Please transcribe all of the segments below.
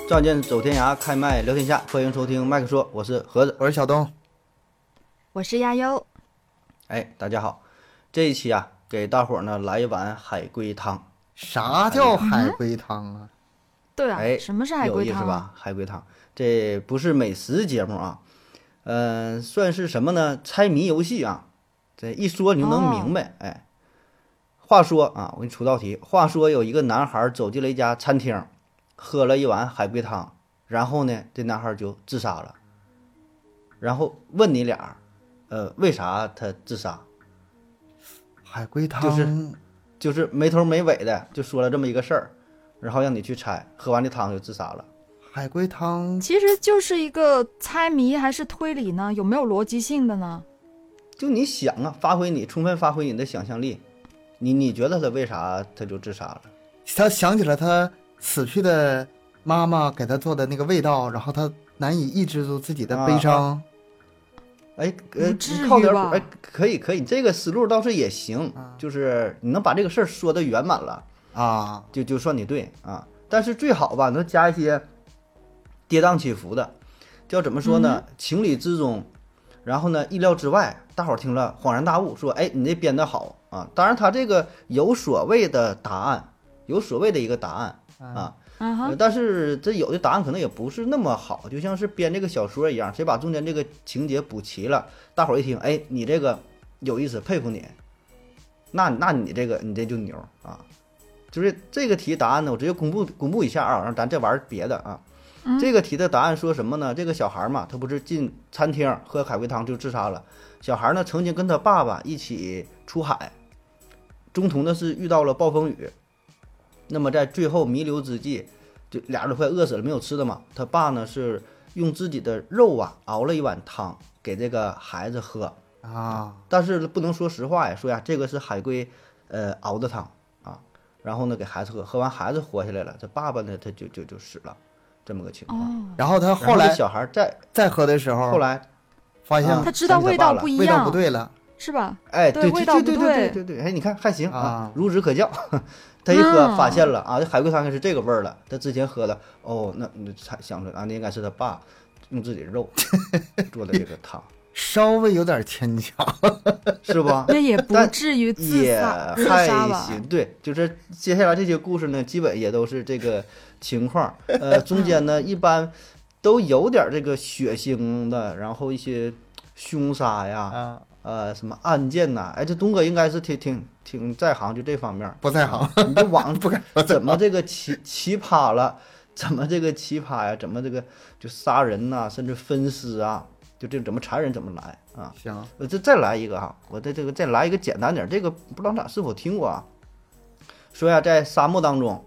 仗剑走天涯，开麦聊天下，欢迎收听麦克说，我是盒子， 我是小东， 我是亚优。 哎，大家好，这一期啊，给大伙儿呢来一碗海龟汤。 啥叫海龟汤啊？ 对啊， 哎， 什么是海龟汤有意思吧？海龟汤，这不是美食节目啊，算是什么呢？猜谜游戏啊，这一说你就能明白。哎，话说啊，我给你出道题。话说有一个男孩走进了一家餐厅，喝了一碗海龟汤，然后呢，这男孩就自杀了。然后问你俩，为啥他自杀？ 海龟汤就是没头没尾的就说了这么一个事儿，然后让你去猜，喝完这汤就自杀了。 海龟汤其实就是一个猜谜还是推理呢？有没有逻辑性的呢？ 就你想啊，充分发挥你的想象力，你觉得他为啥他就自杀了？ 他想起了他死去的妈妈给他做的那个味道，然后他难以抑制住自己的悲伤。 哎， 不至于靠点吧哎，可以，这个思路倒是也行，就是你能把这个事儿说得圆满了啊， 就算你对啊。但是最好吧，能加一些跌宕起伏的，叫怎么说呢？情理之中，然后呢意料之外，大伙儿听了恍然大悟，说：“哎，你这编得好啊！”当然，他这个有所谓的答案，有所谓的一个答案啊。但是这有的答案可能也不是那么好，就像是编这个小说一样，谁把中间这个情节补齐了，大伙儿一听，哎，你这个有意思，佩服你。那你这就牛啊！就是这个题答案呢，我直接公布一下啊，让咱这玩别的啊。这个题的答案说什么呢？这个小孩嘛，他不是进餐厅喝海龟汤就自杀了。小孩呢曾经跟他爸爸一起出海，中途呢是遇到了暴风雨。那么在最后弥留之际，就俩人都快饿死了，没有吃的嘛。他爸呢是用自己的肉啊熬了一碗汤给这个孩子喝啊， 但是不能说实话呀，说呀这个是海龟熬的汤啊。然后呢给孩子喝，喝完孩子活下来了，这爸爸呢他就死了，这么个情况。 然后他后来小孩再喝的时候， 后来发现他知道味道不一样， 味道不对了， 是吧？ 哎， 对，味道不对，哎，你看还行啊，孺子可教。他一喝发现了啊，这海龟汤应该是这个味儿了。他之前喝的，哦，那才想出来啊，那应该是他爸用自己的肉做的这个汤， 稍微有点牵强， 是吧？ 那也不至于自杀吧？ 行，对，就是接下来这些故事呢，基本也都是这个情况。中间呢一般都有点这个血腥的，然后一些凶杀呀，什么案件呐，哎，这东哥应该是挺在行，就这方面。 不在行， 你这网不敢怎么这个奇葩了？怎么这个奇葩呀？怎么这个就杀人呐、甚至分尸啊？就这怎么残忍怎么来啊？ 行， 这再来一个哈，我这个再来一个简单点，这个不知道咱是否听过啊？说呀，在沙漠当中，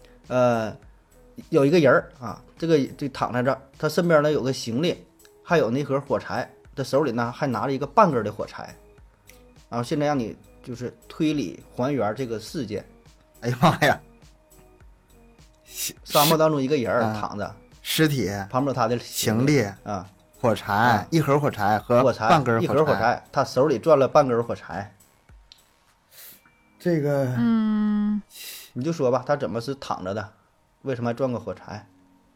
有一个人儿啊，这躺在这儿，他身边呢有个行李，还有那盒火柴，他手里呢还拿了一个半根的火柴。然后现在让你就是推理还原这个事件。 哎呀妈呀！ 沙漠当中一个人儿躺着， 尸体旁边他的行李啊， 火柴，一盒火柴和半根一盒火柴，他手里攥了半根火柴。 这个， 你就说吧，他怎么是躺着的？为什么还攥个火柴？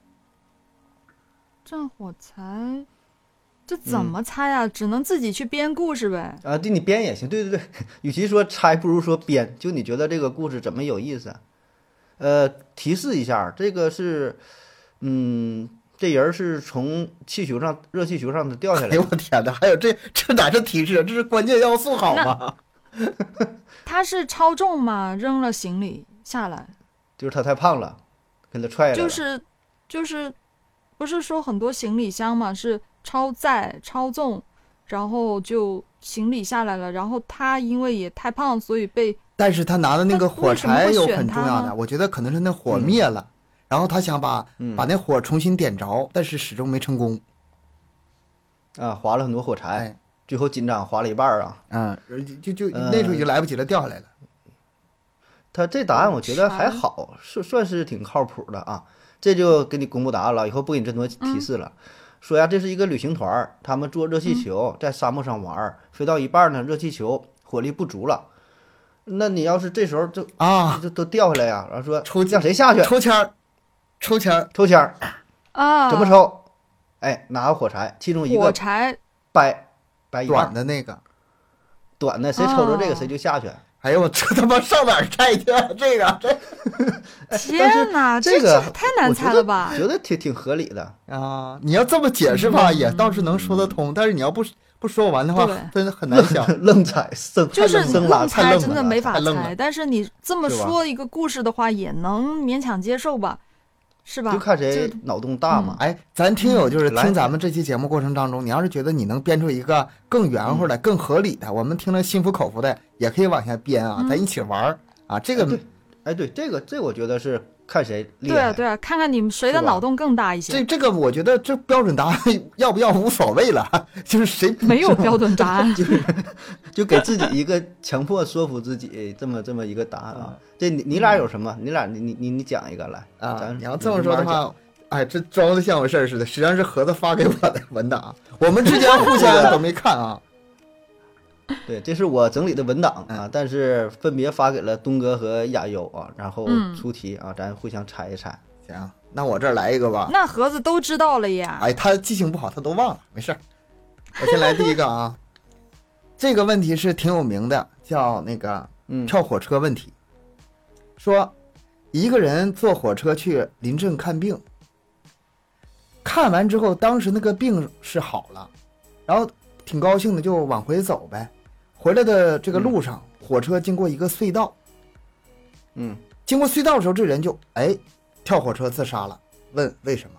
攥火柴，这怎么猜啊？只能自己去编故事呗。 啊，对，你编也行。对，与其说猜，不如说编。就你觉得这个故事怎么有意思？提示一下，这个是，这人是从热气球上掉下来的。 哎呦我天哪！还有这哪是提示？这是关键要素好吗？ 他是超重嘛，扔了行李下来。 就是他太胖了，给他踹了。 就是，不是说很多行李箱嘛是超载超重，然后就行李下来了，然后他因为也太胖，所以被。 但是他拿的那个火柴有很重要的，我觉得可能是那火灭了，然后他想把那火重新点着，但是始终没成功。 啊，划了很多火柴，最后紧张划了一半啊。 就那时候已经来不及了，掉下来了。 他这答案我觉得还好，算是挺靠谱的啊。这就给你公布答案了，以后不给你这么多提示了。说呀，这是一个旅行团，他们坐热气球在沙漠上玩，飞到一半呢，热气球火力不足了。那你要是这时候就都掉下来呀，然后说让谁下去？ 抽签儿抽签啊， 怎么抽？哎，拿个火柴，其中一个火柴掰一短半， 的那个， 短的谁抽着这个谁就下去。 哎呦我这他妈上哪儿猜去啊？这天哪， 这个太难猜了吧？ 觉得挺合理的啊！你要这么解释吧，也倒是能说得通，但是你要不说完的话，真的很难想。 愣猜就是愣猜，真的没法猜。 但是你这么说一个故事的话，也能勉强接受吧？是吧？ 就看谁脑洞大嘛。 哎，咱听友就是听咱们这期节目过程当中，你要是觉得你能编出一个更圆乎的、更合理的，我们听了心服口服的，也可以往下编啊，咱一起玩啊。这个， 对，这个我觉得是看谁厉害。 对啊，看看你们谁的脑洞更大一些。 这个我觉得这标准答案要不要无所谓了，就是谁没有标准答案， 就给自己一个强迫说服自己这么一个答案啊。这你俩有什么？你俩你讲一个来啊！你要这么说的话，哎，这装的像有事儿似的，实际上是盒子发给我的文档，我们之间互相都没看啊。 对，这是我整理的文档啊，但是分别发给了东哥和亚优啊，然后出题啊，咱互相猜一猜。 行，那我这儿来一个吧。 那盒子都知道了呀。 哎，他记性不好，他都忘了，没事儿。我先来第一个啊，这个问题是挺有名的，叫那个跳火车问题。说一个人坐火车去临镇看病，看完之后，当时那个病是好了，然后挺高兴的就往回走呗。回来的这个路上，火车经过一个隧道，经过隧道的时候，这人就跳火车自杀了。问为什么？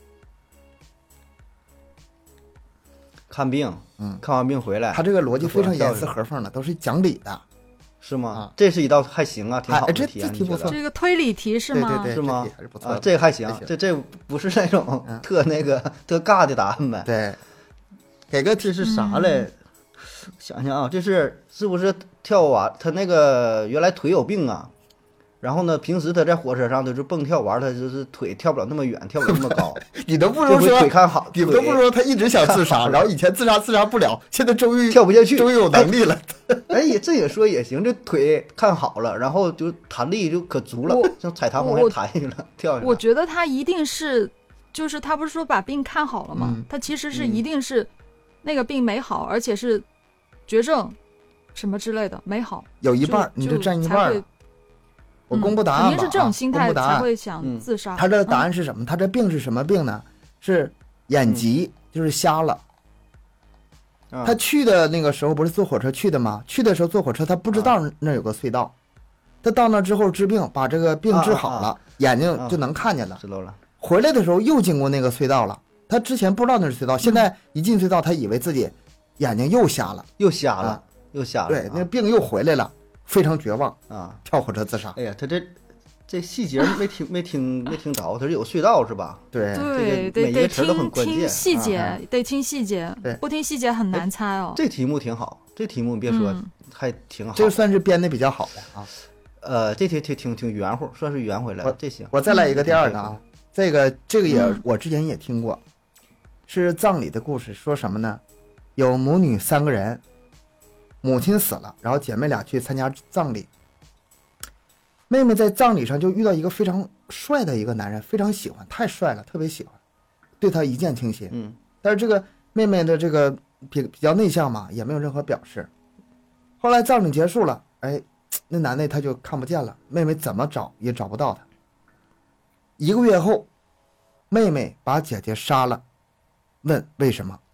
看病，看完病回来， 他这个逻辑非常严丝合缝的，都是讲理的。 是吗？这是一道还行啊，挺好的题啊。 这题不错， 这个推理题是吗？ 对， 是吗？ 还是不错。 这个还行，这不是那种特尬的答案呗。 对， 给个题是啥嘞？想想啊，是不是跳完他那个原来腿有病啊？然后呢，平时他在火车上他就蹦跳玩，他就是腿跳不了那么远，跳不了那么高。 你都不如说腿看好， 你都不如说他一直想自杀，然后以前自杀不了，现在终于跳不下去， 终于有能力了。 这也说也行，这腿看好了，然后就弹力就可足了，像踩弹簧还弹下了，跳下来。 我觉得他一定是，就是他不是说把病看好了吗？他其实是一定是那个病没好，而且是绝症什么之类的没好， 有一半你就占一半了。我公布答案吧， 肯定是这种心态才会想自杀。 他这答案是什么？他这病是什么病呢？是眼疾，就是瞎了。他去的那个时候不是坐火车去的吗？去的时候坐火车，他不知道那有个隧道。他到那之后治病，把这个病治好了，眼睛就能看见了。 知道了。 回来的时候又经过那个隧道了。他之前不知道那是隧道，现在一进隧道，他以为自己眼睛又瞎了， 又瞎了。 对，那病又回来了。非常绝望啊！ 跳火车自杀。 哎呀，他这细节没听着，他是有隧道是吧？ 对， 每一个词都很关键。 听细节，得听细节，不听细节很难猜哦。 这题目挺好，这题目别说还挺好， 这算是编的比较好的啊。这题挺圆乎，算是圆回来。这行， 我再来一个第二个啊。这个也我之前也听过，是葬礼的故事。说什么呢？有母女3个人。母亲死了，然后姐妹俩去参加葬礼。妹妹在葬礼上就遇到一个非常帅的一个男人，非常喜欢，太帅了，特别喜欢，对他一见倾心。但是这个妹妹的这个比较内向嘛，也没有任何表示。后来葬礼结束了，那男的他就看不见了，妹妹怎么找也找不到他。1个月后，妹妹把姐姐杀了，问为什么？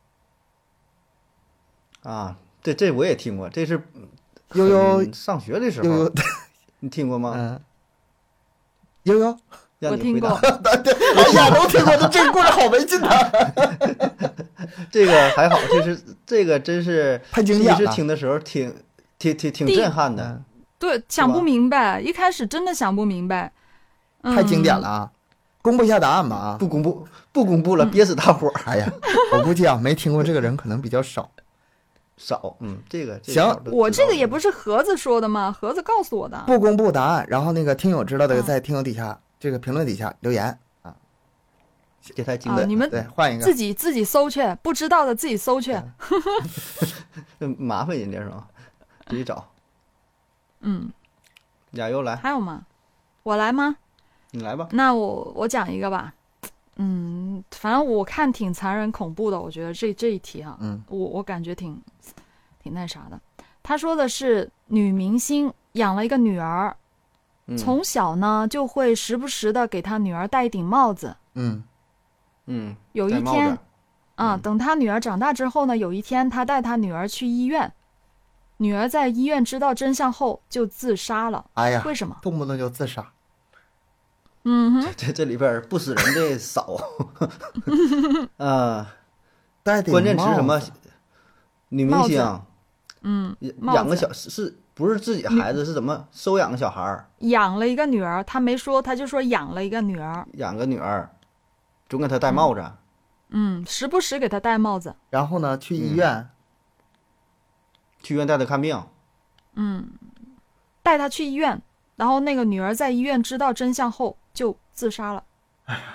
啊。这我也听过，这是悠悠上学的时候，你听过吗？ 悠悠， 我听过， 哎呀，都听过，这个故事好没劲啊！ 这个还好，这个真是太经典了， 第一次听的时候挺震撼的。 对，想不明白，一开始真的想不明白， 太经典了啊！公布一下答案吧啊！ 不公布了，憋死大伙儿。 哎呀，我估计没听过这个人可能比较少。 这个行， 我这个也不是盒子说的吗？盒子告诉我的。 不公布答案，然后那个听友知道的在听友底下这个评论底下留言啊。 这太经典， 你们对换一个， 自己搜去，不知道的自己搜去。 麻烦人家是吧？自己找。 亚优来。 还有吗？我来吗？ 你来吧。 那我讲一个吧，反正我看挺残忍恐怖的，我觉得这一题哈，我感觉挺那啥的。他说的是女明星养了一个女儿，从小呢就会时不时的给她女儿戴一顶帽子。有一天等她女儿长大之后呢，有一天她带她女儿去医院，女儿在医院知道真相后就自杀了。 哎呀， 为什么？ 动不动就自杀。 这里边不死人的少。 戴顶关键词帽什么子？ 女明星，养个帽子不是自己孩子，是怎么收养个小孩儿？ 养了一个女儿，他没说，他就说养了一个女儿。 养个女儿，总给她戴帽子。 时不时给她戴帽子。 然后呢，去医院。 去医院带她看病。 带她去医院，然后那个女儿在医院知道真相后就自杀了。 哎呀，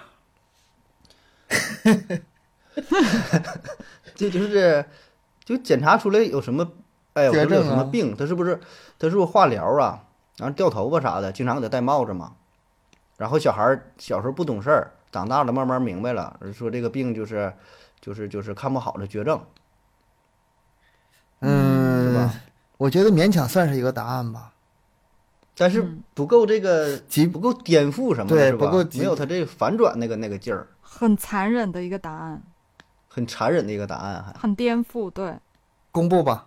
这就检查出来有什么，哎，我说有什么病？他是不是化疗啊？然后掉头发啥的，经常给他戴帽子嘛。然后小孩小时候不懂事儿，长大了慢慢明白了，说这个病就是看不好的绝症。是吧？ 我觉得勉强算是一个答案吧。 但是不够不够颠覆什么的， 对， 是吧？ 不够没有他这反转那个劲儿。 很残忍的一个答案。 很残忍的一个答案， 很颠覆，对。 公布吧。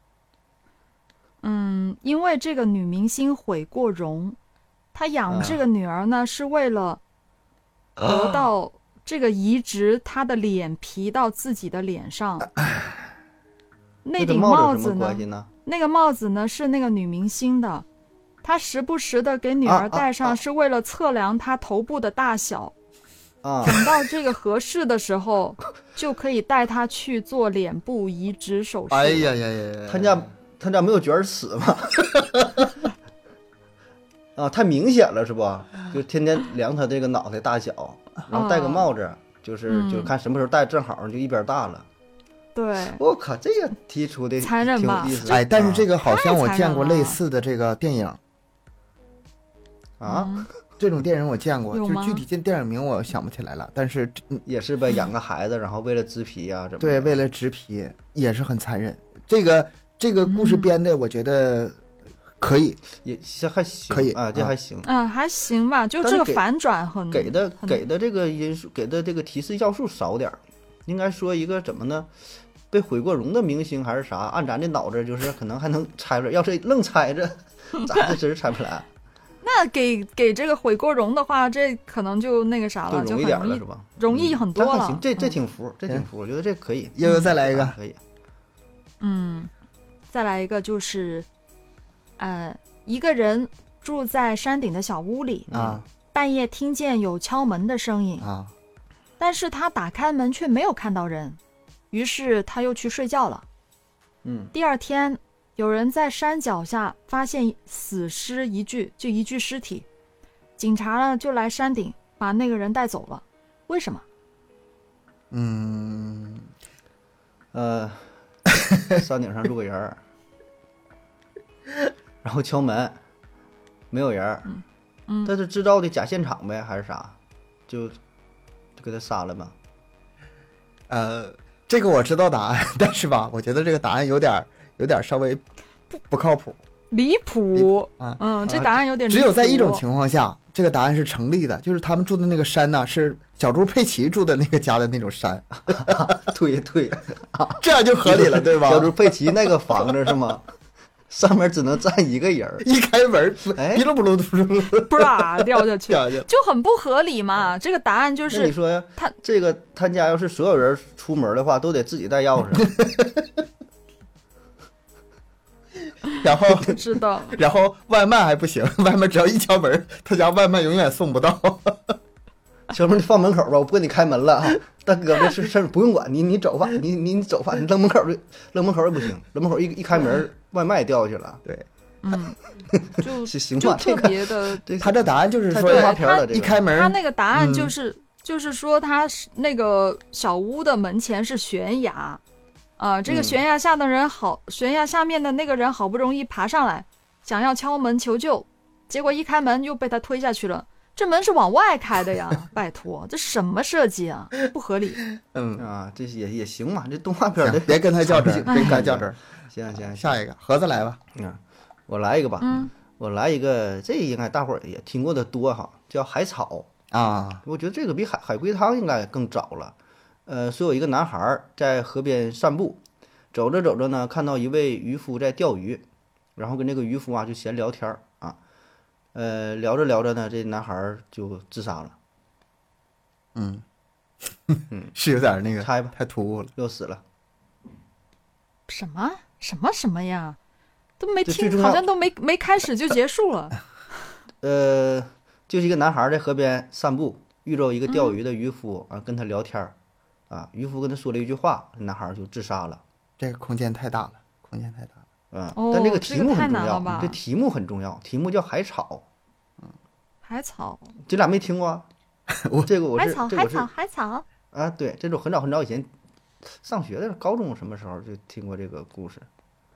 因为这个女明星毁过容，她养这个女儿呢，是为了得到这个移植她的脸皮到自己的脸上。那顶帽子呢？那个帽子呢是那个女明星的，她时不时的给女儿戴上，是为了测量她头部的大小。等到这个合适的时候，就可以带她去做脸部移植手术。 哎呀呀呀！ 他家没有卷尺吗？太明显了是不？就天天量他这个脑袋大小，然后戴个帽子，就看什么时候戴正好就一边大了。 对， 我靠，这个提出的残忍吧？ 哎，但是这个好像我见过类似的这个电影这种电影我见过，就是具体电影名我想不起来了，但是也是呗，养个孩子，然后为了植皮啊，怎么？ 对，为了植皮也是很残忍。这个故事编的，我觉得可以， 也还行， 可以啊，这还行， 还行吧，就这个反转很给的这个因素，给的这个提示要素少点儿，应该说一个怎么呢？被毁过容的明星还是啥？按咱这脑子，就是可能还能猜出来，要是愣猜着，咱这真是猜不来。 那给这个毁过容的话，这可能就那个啥了， 就容易点了，是吧？ 容易很多了。 行，这挺服，我觉得这可以。 悠悠再来一个， 可以。 再来一个就是，一个人住在山顶的小屋里半夜听见有敲门的声音但是他打开门却没有看到人，于是他又去睡觉了。第二天，有人在山脚下发现死尸一具尸体，警察呢就来山顶把那个人带走了。为什么？ 山顶上住个人儿，然后敲门，没有人儿，但是制造的假现场呗，还是啥？就给他杀了吧。 这个我知道答案，但是吧，我觉得这个答案有点稍微不靠谱， 离谱这答案有点离谱。 只有在一种情况下，这个答案是成立的，就是他们住的那个山呢，是小猪佩奇住的那个家的那种山。 对这样就合理了，对吧？ 小猪佩奇那个房子是吗？上面只能站一个人， 一开门，哔噜噜不啦掉下去，就很不合理嘛。这个答案就是你说他家要是所有人出门的话，都得自己带钥匙。 然后知道， 然后外卖还不行，外卖只要一敲门，他家外卖永远送不到。 小妹，你放门口吧，我不给你开门了啊！大哥，这事不用管，你走吧，你走吧，你扔门口也不行，扔门口一开门，外卖掉下去了。 对， 就特别的。 他这答案就是说， 他一开门， 他那个答案就是说，他那个小屋的门前是悬崖，这个悬崖下的人悬崖下面的那个人好不容易爬上来，想要敲门求救，结果一开门又被他推下去了。 这门是往外开的呀，拜托，这什么设计啊，不合理。 啊，这也行嘛，这动画片的行别跟他较真儿， 场景别跟他较真儿。 行， 下一个盒子来吧。 我来一个吧，我来一个，这应该大伙儿也听过的多哈，叫海草。 啊， 我觉得这个比海龟汤应该更早了。说有一个男孩儿在河边散步，走着走着呢，看到一位渔夫在钓鱼，然后跟这个渔夫啊就闲聊天儿啊，聊着聊着呢，这男孩儿就自杀了， 是有点那个， 猜吧太突兀了。 又死了。 什么呀？都没听， 这最重要好像都没开始就结束了。 就是一个男孩儿在河边散步，遇到一个钓鱼的渔夫啊，跟他聊天儿啊，渔夫跟他说了一句话，男孩儿就自杀了。 这个空间太大了，空间太大了。 但这个这个太题目很重要， 难了吧这题目很重要，题目叫海草。 海草， 这俩没听过啊？这个我是这我是海草。 啊，对，这种很早很早以前上学的时候高中什么时候就听过这个故事。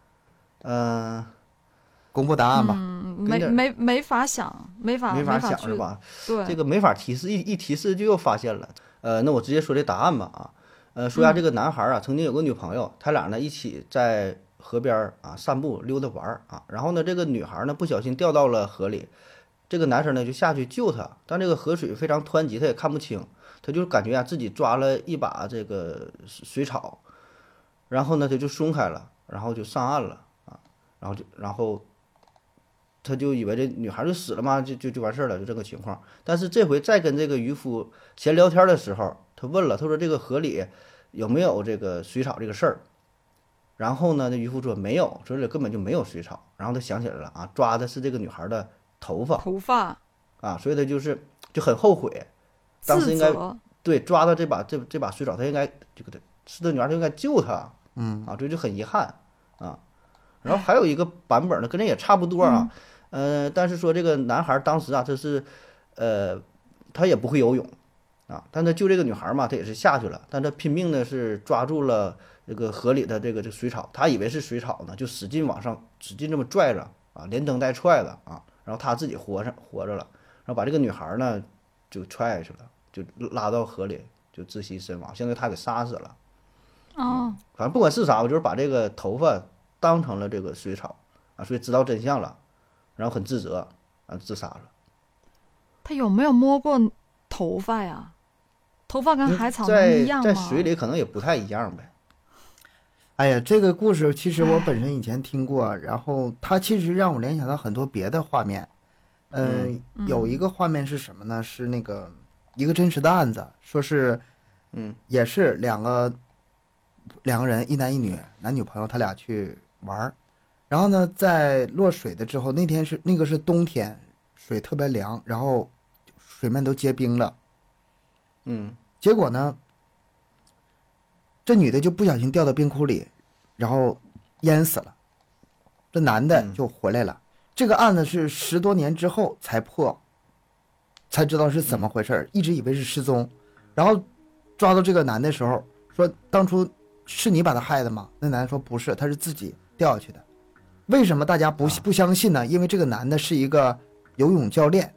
公布答案吧。 没法想，没法想去是吧？ 对， 这个没法提示，一提示就又发现了。那我直接说这答案吧啊。说下这个男孩啊，曾经有个女朋友，他俩呢一起在河边儿啊散步溜达玩儿啊。然后呢，这个女孩呢不小心掉到了河里，这个男生呢就下去救她，但这个河水非常湍急，他也看不清，他就感觉啊自己抓了一把这个水草，然后呢他就松开了，然后就上岸了啊，然后他就以为这女孩就死了嘛，就完事儿了，就这个情况。但是这回再跟这个渔夫闲聊天的时候，他问了，他说这个河里有没有这个水草这个事儿？然后呢，那渔夫说没有，说这根本就没有水草。然后他想起来了啊，抓的是这个女孩的头发啊，所以他就很后悔，当时应该自责对抓到这把水草，他应该这个是这女孩就应该救她，所以就很遗憾啊。然后还有一个版本呢，跟这也差不多啊，但是说这个男孩当时啊，他也不会游泳啊，但他救这个女孩嘛，他也是下去了，但他拼命的是抓住了这个河里的这个水草，他以为是水草呢，就使劲往上使劲这么拽着啊，连蹬带踹的啊，然后他自己活着了，然后把这个女孩呢就踹下去了，就拉到河里就窒息身亡，相当于他给杀死了。反正不管是啥，我就是把这个头发当成了这个水草啊，所以知道真相了，然后很自责啊，自杀了。 他有没有摸过头发呀？头发跟海草能一样吗？ 在水里可能也不太一样呗。 哎呀，这个故事其实我本身以前听过，然后它其实让我联想到很多别的画面。有一个画面是什么呢？是那个一个真实的案子，说是，也是两个人，一男一女，男女朋友，他俩去玩儿，然后呢，在落水的之后，那个是冬天，水特别凉，然后水面都结冰了，结果呢，这女的就不小心掉到冰窟里，然后淹死了，这男的就回来了。这个案子是10多年之后才破，才知道是怎么回事，一直以为是失踪，然后抓到这个男的时候，说当初是你把他害的吗？那男的说不是，他是自己掉下去的。为什么大家不相信呢？因为这个男的是一个游泳教练，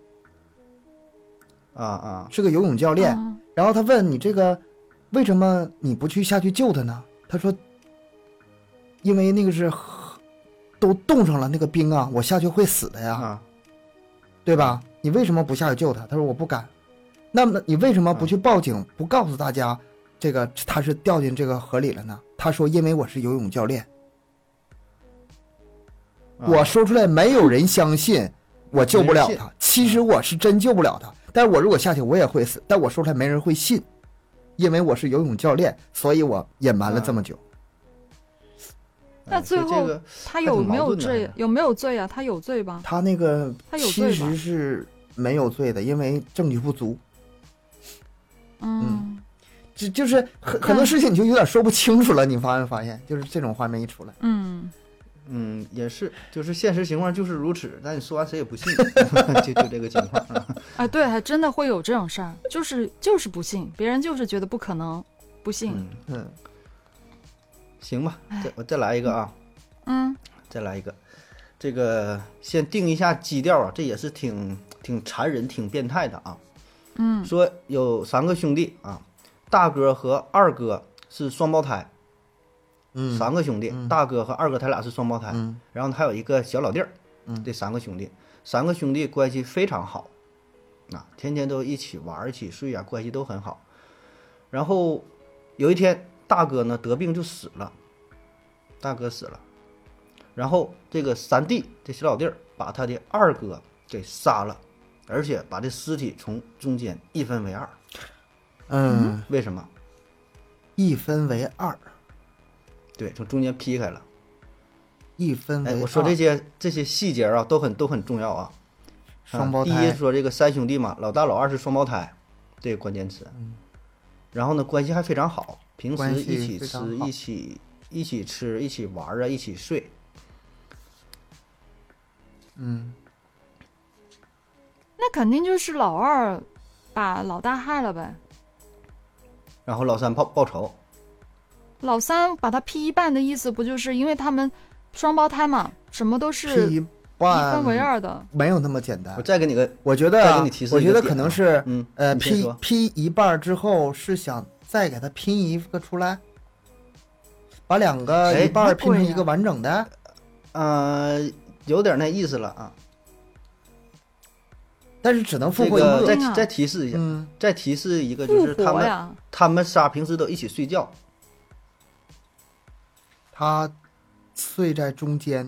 是个游泳教练。然后他问你这个，为什么你不下去救他呢？他说，因为那个是都冻上了那个冰啊，我下去会死的呀，对吧？你为什么不下去救他？他说我不敢。那么你为什么不去报警，不告诉大家这个他是掉进这个河里了呢？他说因为我是游泳教练。我说出来没有人相信，我救不了他。其实我是真救不了他，但是我如果下去我也会死，但我说出来没人会信，因为我是游泳教练，所以我隐瞒了这么久。 那最后他有没有罪？有没有罪啊？他有罪吧？ 他那个其实是没有罪的，因为证据不足。就是很多事情你就有点说不清楚了。你发现，就是这种画面一出来， 也是，就是现实情况就是如此，但你说完谁也不信，就这个情况啊。对，还真的会有这种事儿，就是不信，别人就是觉得不可能，不信。 行吧，我再来一个啊，再来一个，这个先定一下基调啊，这也是挺挺残忍、挺变态的啊。 嗯说有3个兄弟啊，大哥和二哥是双胞胎。3个兄弟，大哥和二哥他俩是双胞胎，然后还有一个小老弟儿，这3个兄弟，3个兄弟关系非常好，啊，天天都一起玩一起睡啊，关系都很好。然后有一天，大哥呢得病就死了，大哥死了，然后这个三弟这小老弟儿把他的二哥给杀了，而且把这尸体从中间一分为二。为什么？ 一分为二， 对，从中间劈开了。哎， 一分为二。 我说这些细节啊，都很重要啊。 双胞胎。 第一说这个3兄弟嘛，老大老二是双胞胎，这个关键词。然后呢，关系还非常好，平时一起吃，一起吃，一起玩啊，一起睡。 那肯定就是老二把老大害了呗。 然后老三报仇。 老三把他劈一半的意思，不就是因为他们双胞胎嘛，什么都是劈一分为二的， 没有那么简单。 我再给你个， 我觉得再给你提示我觉得一个点可能是，劈一半之后是想再给他拼一个出来，把2个一半拼成一个完整的。 有点那意思了啊。 但是只能复活一个。 再提示一下，再提示一个，就是他们仨平时都一起睡觉。 他睡在中间。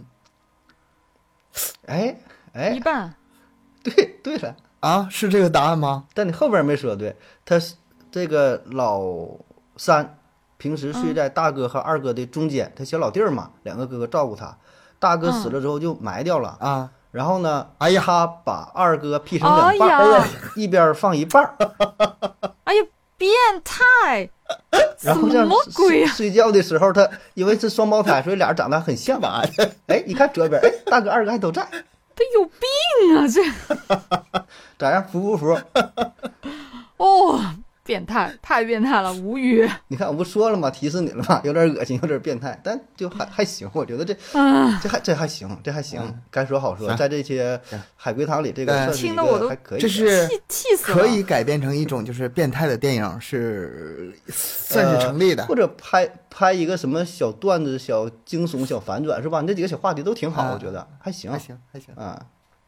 哎， 一半。 对了啊，是这个答案吗？ 但你后边没说对，他是这个老三平时睡在大哥和二哥的中间，他小老弟儿嘛，2个哥哥照顾他。大哥死了之后就埋掉了啊。 然后呢， 哎呀， 他把二哥劈成2半，一边放一半。 哎呀，变态！ 然后这样什么鬼呀？ 睡觉的时候，他因为是双胞胎，所以俩人长得很像吧？哎，一看左边，哎，大哥二哥还都在。 他有病啊！这咋样？服不服？ 哦，变态，太变态了，无语。 你看我不说了吗？提示你了吗？有点恶心，有点变态，但就还行，我觉得这还行，这还行。该说好说，在这些海龟汤里，这个算是一个还可以。 这是气死了， 可以改编成一种就是变态的电影，是算是成立的。 或者拍一个什么小段子、小惊悚、小反转，是吧？你这几个小话题都挺好，我觉得还行， 还行啊。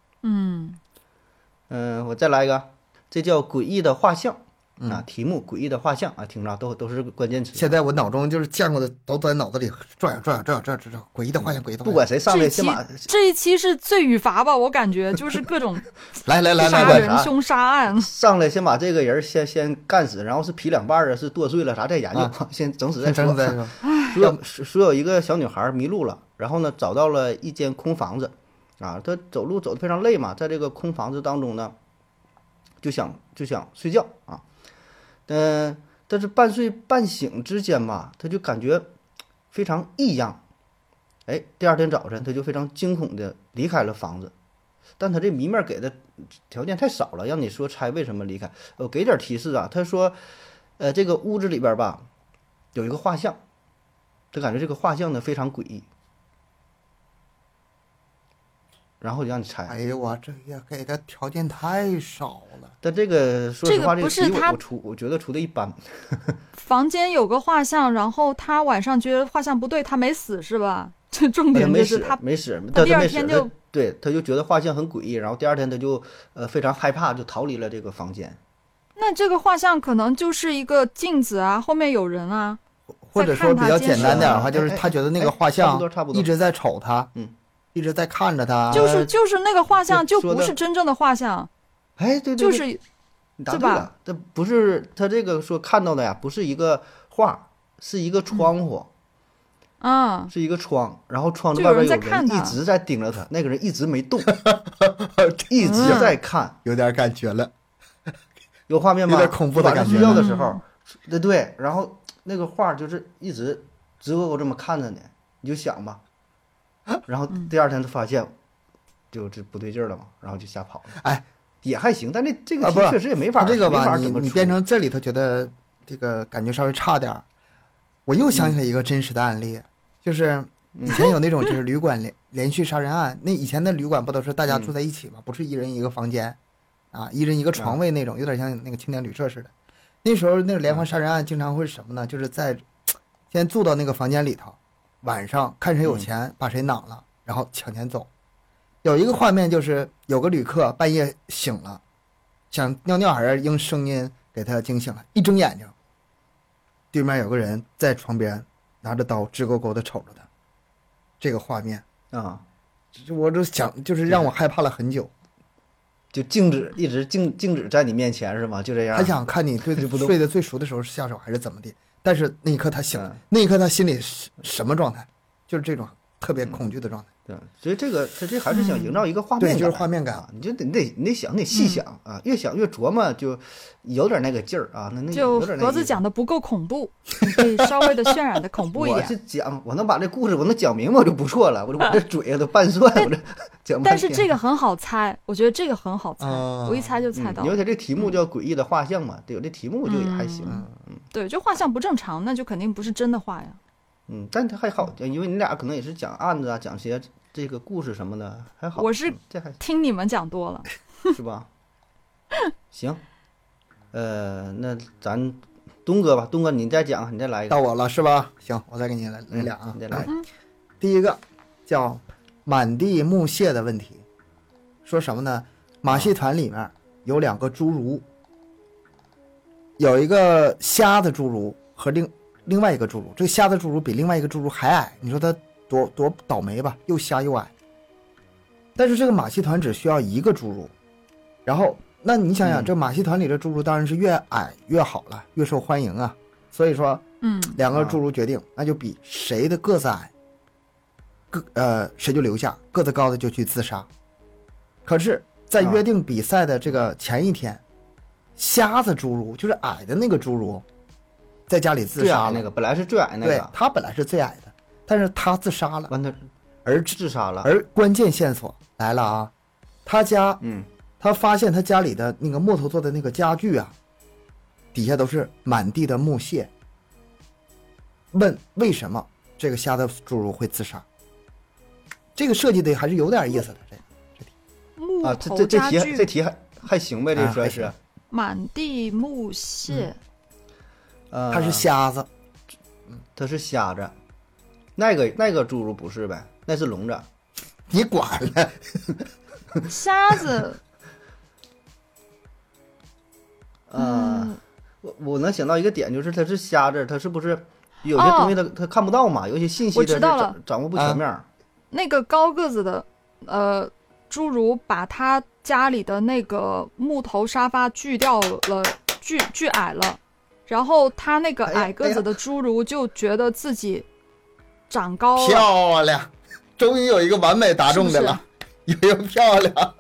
我再来一个，这叫诡异的画像。题目诡异的画像啊，听着都是关键词。 现在我脑中就是见过的都在脑子里转呀，诡异的画像，诡异的画像。 不管谁上来先把这一期是罪与罚吧，我感觉就是各种来杀人凶杀案。 上来先把这个人先干死，然后是劈2半啊，是剁碎了啥再研究，先整死再说。说有一个小女孩迷路了，然后呢找到了一间空房子啊，她走路走得非常累嘛，在这个空房子当中呢，就想睡觉啊。但是半睡半醒之间吧，他就感觉非常异样。哎，第2天早晨，他就非常惊恐的离开了房子。但他这谜面给的条件太少了，让你说猜为什么离开。我给点提示啊，他说，这个屋子里边吧有一个画像，他感觉这个画像呢非常诡异。然后就让你猜。 哎呦我这也给的条件太少了。 但这个说实话， 这个不是他我觉得出的一般。 房间有个画像，然后他晚上觉得画像不对，他没死是吧？这重点就是他没死， 他第2天就对，他就觉得画像很诡异，然后第2天他就非常害怕，就逃离了这个房间。 那这个画像可能就是一个镜子啊，后面有人啊。 或者说比较简单点的话，就是他觉得那个画像差不多一直在瞅他，一直在看着他， 就是那个画像就不是真正的画像。 哎，对， 就是你答对了，这不是他这个说看到的呀，不是一个画，是一个窗户，是一个窗，然后窗子外边有人一直在盯着他，那个人一直没动，一直在看， 有点感觉了， 有画面吗？ 有点恐怖的感觉。 睡觉的时候，对，然后那个画就是一直直勾勾这么看着你，你就想吧。然后第2天他发现，就这不对劲了嘛，然后就吓跑了。 哎， 也还行，但这个题确实也没法。 这个吧， 你变成这里头觉得这个感觉稍微差点。我又想起来一个真实的案例，就是以前有那种就是旅馆连续杀人案。那以前的旅馆不都是大家住在一起吗？不是一人一个房间。 啊，一人一个床位那种，有点像那个青年旅社似的。那时候那个连环杀人案经常会是什么呢？就是先住到那个房间里头，晚上看谁有钱，把谁攮了，然后抢钱走。有一个画面就是有个旅客半夜醒了，想尿尿还是用声音给他惊醒了，一睁眼睛，对面有个人在床边拿着刀直勾勾的瞅着他。这个画面啊， 我就想，就是让我害怕了很久。 就一直静止在你面前是吗？就这样。 他想看你睡得最熟的时候是下手还是怎么的，但是那一刻他醒了，那一刻他心里是什么状态？就是这种特别恐惧的状态。 对，所以这还是想营造一个画面感， 对，就是画面感。 你就得想，你得细想啊，越想越琢磨，就有点那个劲儿啊。那就盒子讲的不够恐怖，你可以稍微的渲染的恐怖一点。 我是讲，我能把这故事我能讲明白我就不错了，我这嘴都拌蒜，我这讲。 但是这个很好猜，我觉得这个很好猜，我一猜就猜到了。 因为它这题目叫诡异的画像嘛，对，有这题目就也还行。 对，就画像不正常，那就肯定不是真的画呀。 但它还好，因为你俩可能也是讲案子啊，讲些这个故事什么的，还好。 我是听你们讲多了， 是吧？行，那咱东哥吧，东哥你再讲，你再来一个。 到我了是吧？行，我再给你来俩啊， 你再来。 第一个叫满地木屑的问题，说什么呢？马戏团里面有2个侏儒，有一个瞎的侏儒和另外一个侏儒，这个瞎的侏儒比另外一个侏儒还矮，你说他多倒霉吧，又瞎又矮。但是这个马戏团只需要1个侏儒，然后那你想想，这马戏团里的侏儒当然是越矮越好了，越受欢迎啊。所以说，2个侏儒决定，那就比谁的个子矮，谁就留下，个子高的就去自杀。可是，在约定比赛的这个前一天，瞎子侏儒就是矮的那个侏儒，在家里自杀了。 那个本来是最矮那个， 对，他本来是最矮的，但是他自杀了， 而自杀了。 而关键线索来了啊，他家，他发现他家里的那个木头做的那个家具啊，底下都是满地的木屑。问为什么这个瞎的侏儒会自杀？这个设计的还是有点意思的，这题。 木头家具， 这题还行呗，这算是。 满地木屑。 他是瞎子， 他是瞎子，那个侏儒不是呗？那是聋子。 你管了？ 瞎子。 我能想到一个点，就是他是瞎子，他是不是有些东西他看不到嘛？有些信息他掌握不全面。 那个高个子的侏儒把他家里的那个木头沙发锯掉了，锯矮了。然后他那个矮个子的侏儒就觉得自己长高了， 漂亮，终于有一个完美答中的了，有一个漂亮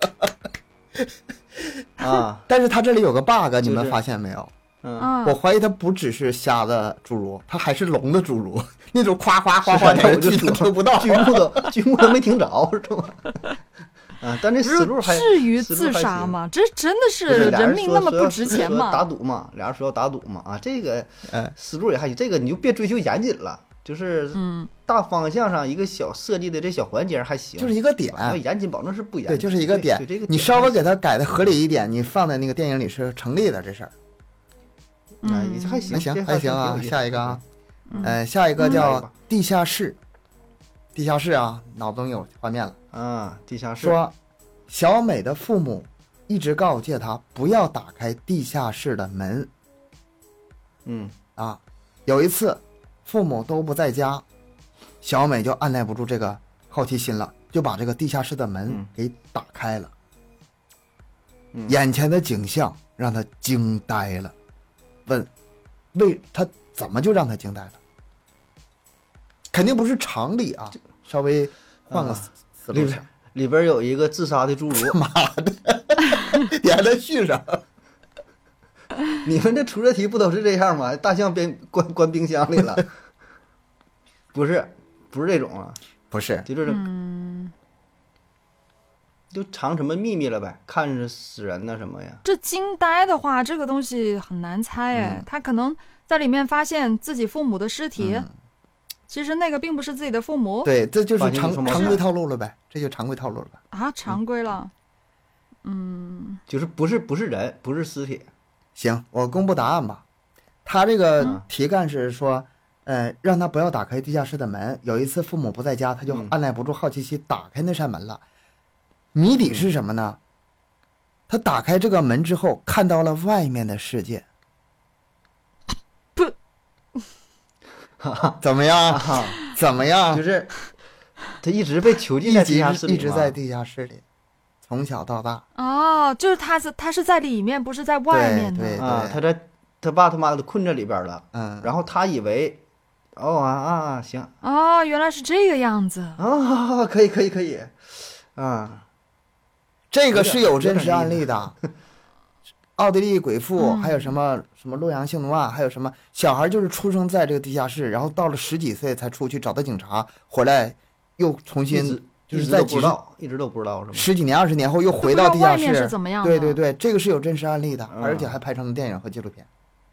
啊！ 但是他这里有个 bug，你们发现没有？ 我怀疑他不只是瞎的侏儒，他还是聋的侏儒，那种夸夸头锯都听不到， 锯木都没听着，是吧？但这思路还至于自杀吗？这真的是人命那么不值钱吗？ 打赌嘛，俩人说要打赌嘛啊，这个思路也还行，这个你就别追求严谨了，就是大方向上一个小设计的这小环节还行， 就是一个点， 要严谨保证是不严谨， 对，就是一个点，你稍微给它改的合理一点，你放在那个电影里是成立的这事儿。 也还行， 还行啊，下一个啊，下一个叫地下室。地下室啊，脑中有画面了地下室说，小美的父母一直告诫她不要打开地下室的门。有一次父母都不在家，小美就按耐不住这个好奇心了，就把这个地下室的门给打开了。眼前的景象让她惊呆了，问她怎么就让她惊呆了？肯定不是常理啊，稍微换个思路想。 里边有一个自杀的侏儒， 妈的，你还能续上？ 你们这出这题不都是这样吗？大象关冰箱里了，不是这种啊， 不是， 就是就藏什么秘密了呗？看着死人呢什么呀？ 这惊呆的话，这个东西很难猜哎，他可能在里面发现自己父母的尸体。其实那个并不是自己的父母， 对，这就是常规套路了呗，这就常规套路了吧？ 常规了。 就是不是人，不是尸体。 行，我公布答案吧。他这个题干是说，让他不要打开地下室的门。有一次父母不在家，他就按耐不住好奇心打开那扇门了。谜底是什么呢？他打开这个门之后，看到了外面的世界。 不， 怎么样？怎么样？ 就是他一直被囚禁在地下室里， 一直在地下室里，从小到大。 哦，就是他是在里面，不是在外面的。 对啊，他爸他妈给他困在里边了。然后他以为，行。 哦，原来是这个样子。 啊，可以，啊。 这个是有真实案例的，奥地利鬼父，还有什么洛阳性奴案，还有什么小孩就是出生在这个地下室，然后到了10几岁才出去找到警察，回来又重新就是在一直都不知道是吗 ？10几年20年后又回到地下室， 外面是怎么样的？ 对，这个是有真实案例的，而且还拍成了电影和纪录片。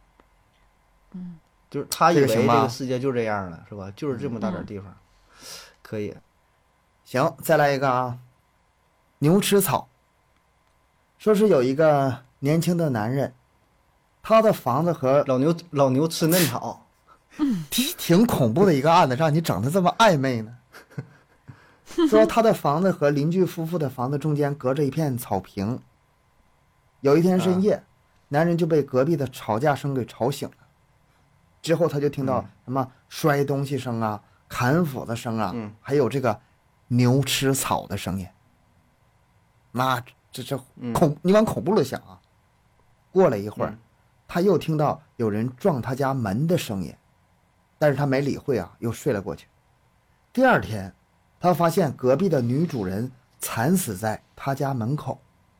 就是他以为这个世界就这样了，是吧？就是这么大点地方，可以。 行，再来一个啊。牛吃草，说是有一个年轻的男人，他的房子和老牛吃嫩草， 挺恐怖的一个案子，让你整的这么暧昧呢。说他的房子和邻居夫妇的房子中间隔着一片草坪。有一天深夜，男人就被隔壁的吵架声给吵醒了，之后他就听到什么摔东西声啊、砍斧子声啊，还有这个牛吃草的声音。妈，这你往恐怖了想啊！过了一会儿，他又听到有人撞他家门的声音，但是他没理会啊，又睡了过去。第二天，他发现隔壁的女主人惨死在他家门口。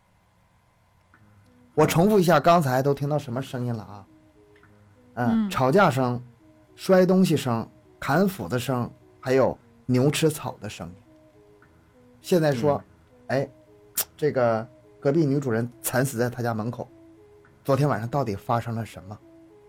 我重复一下，刚才都听到什么声音了啊？吵架声、摔东西声、砍斧子声，还有牛吃草的声音。现在说，这个隔壁女主人惨死在他家门口，昨天晚上到底发生了什么？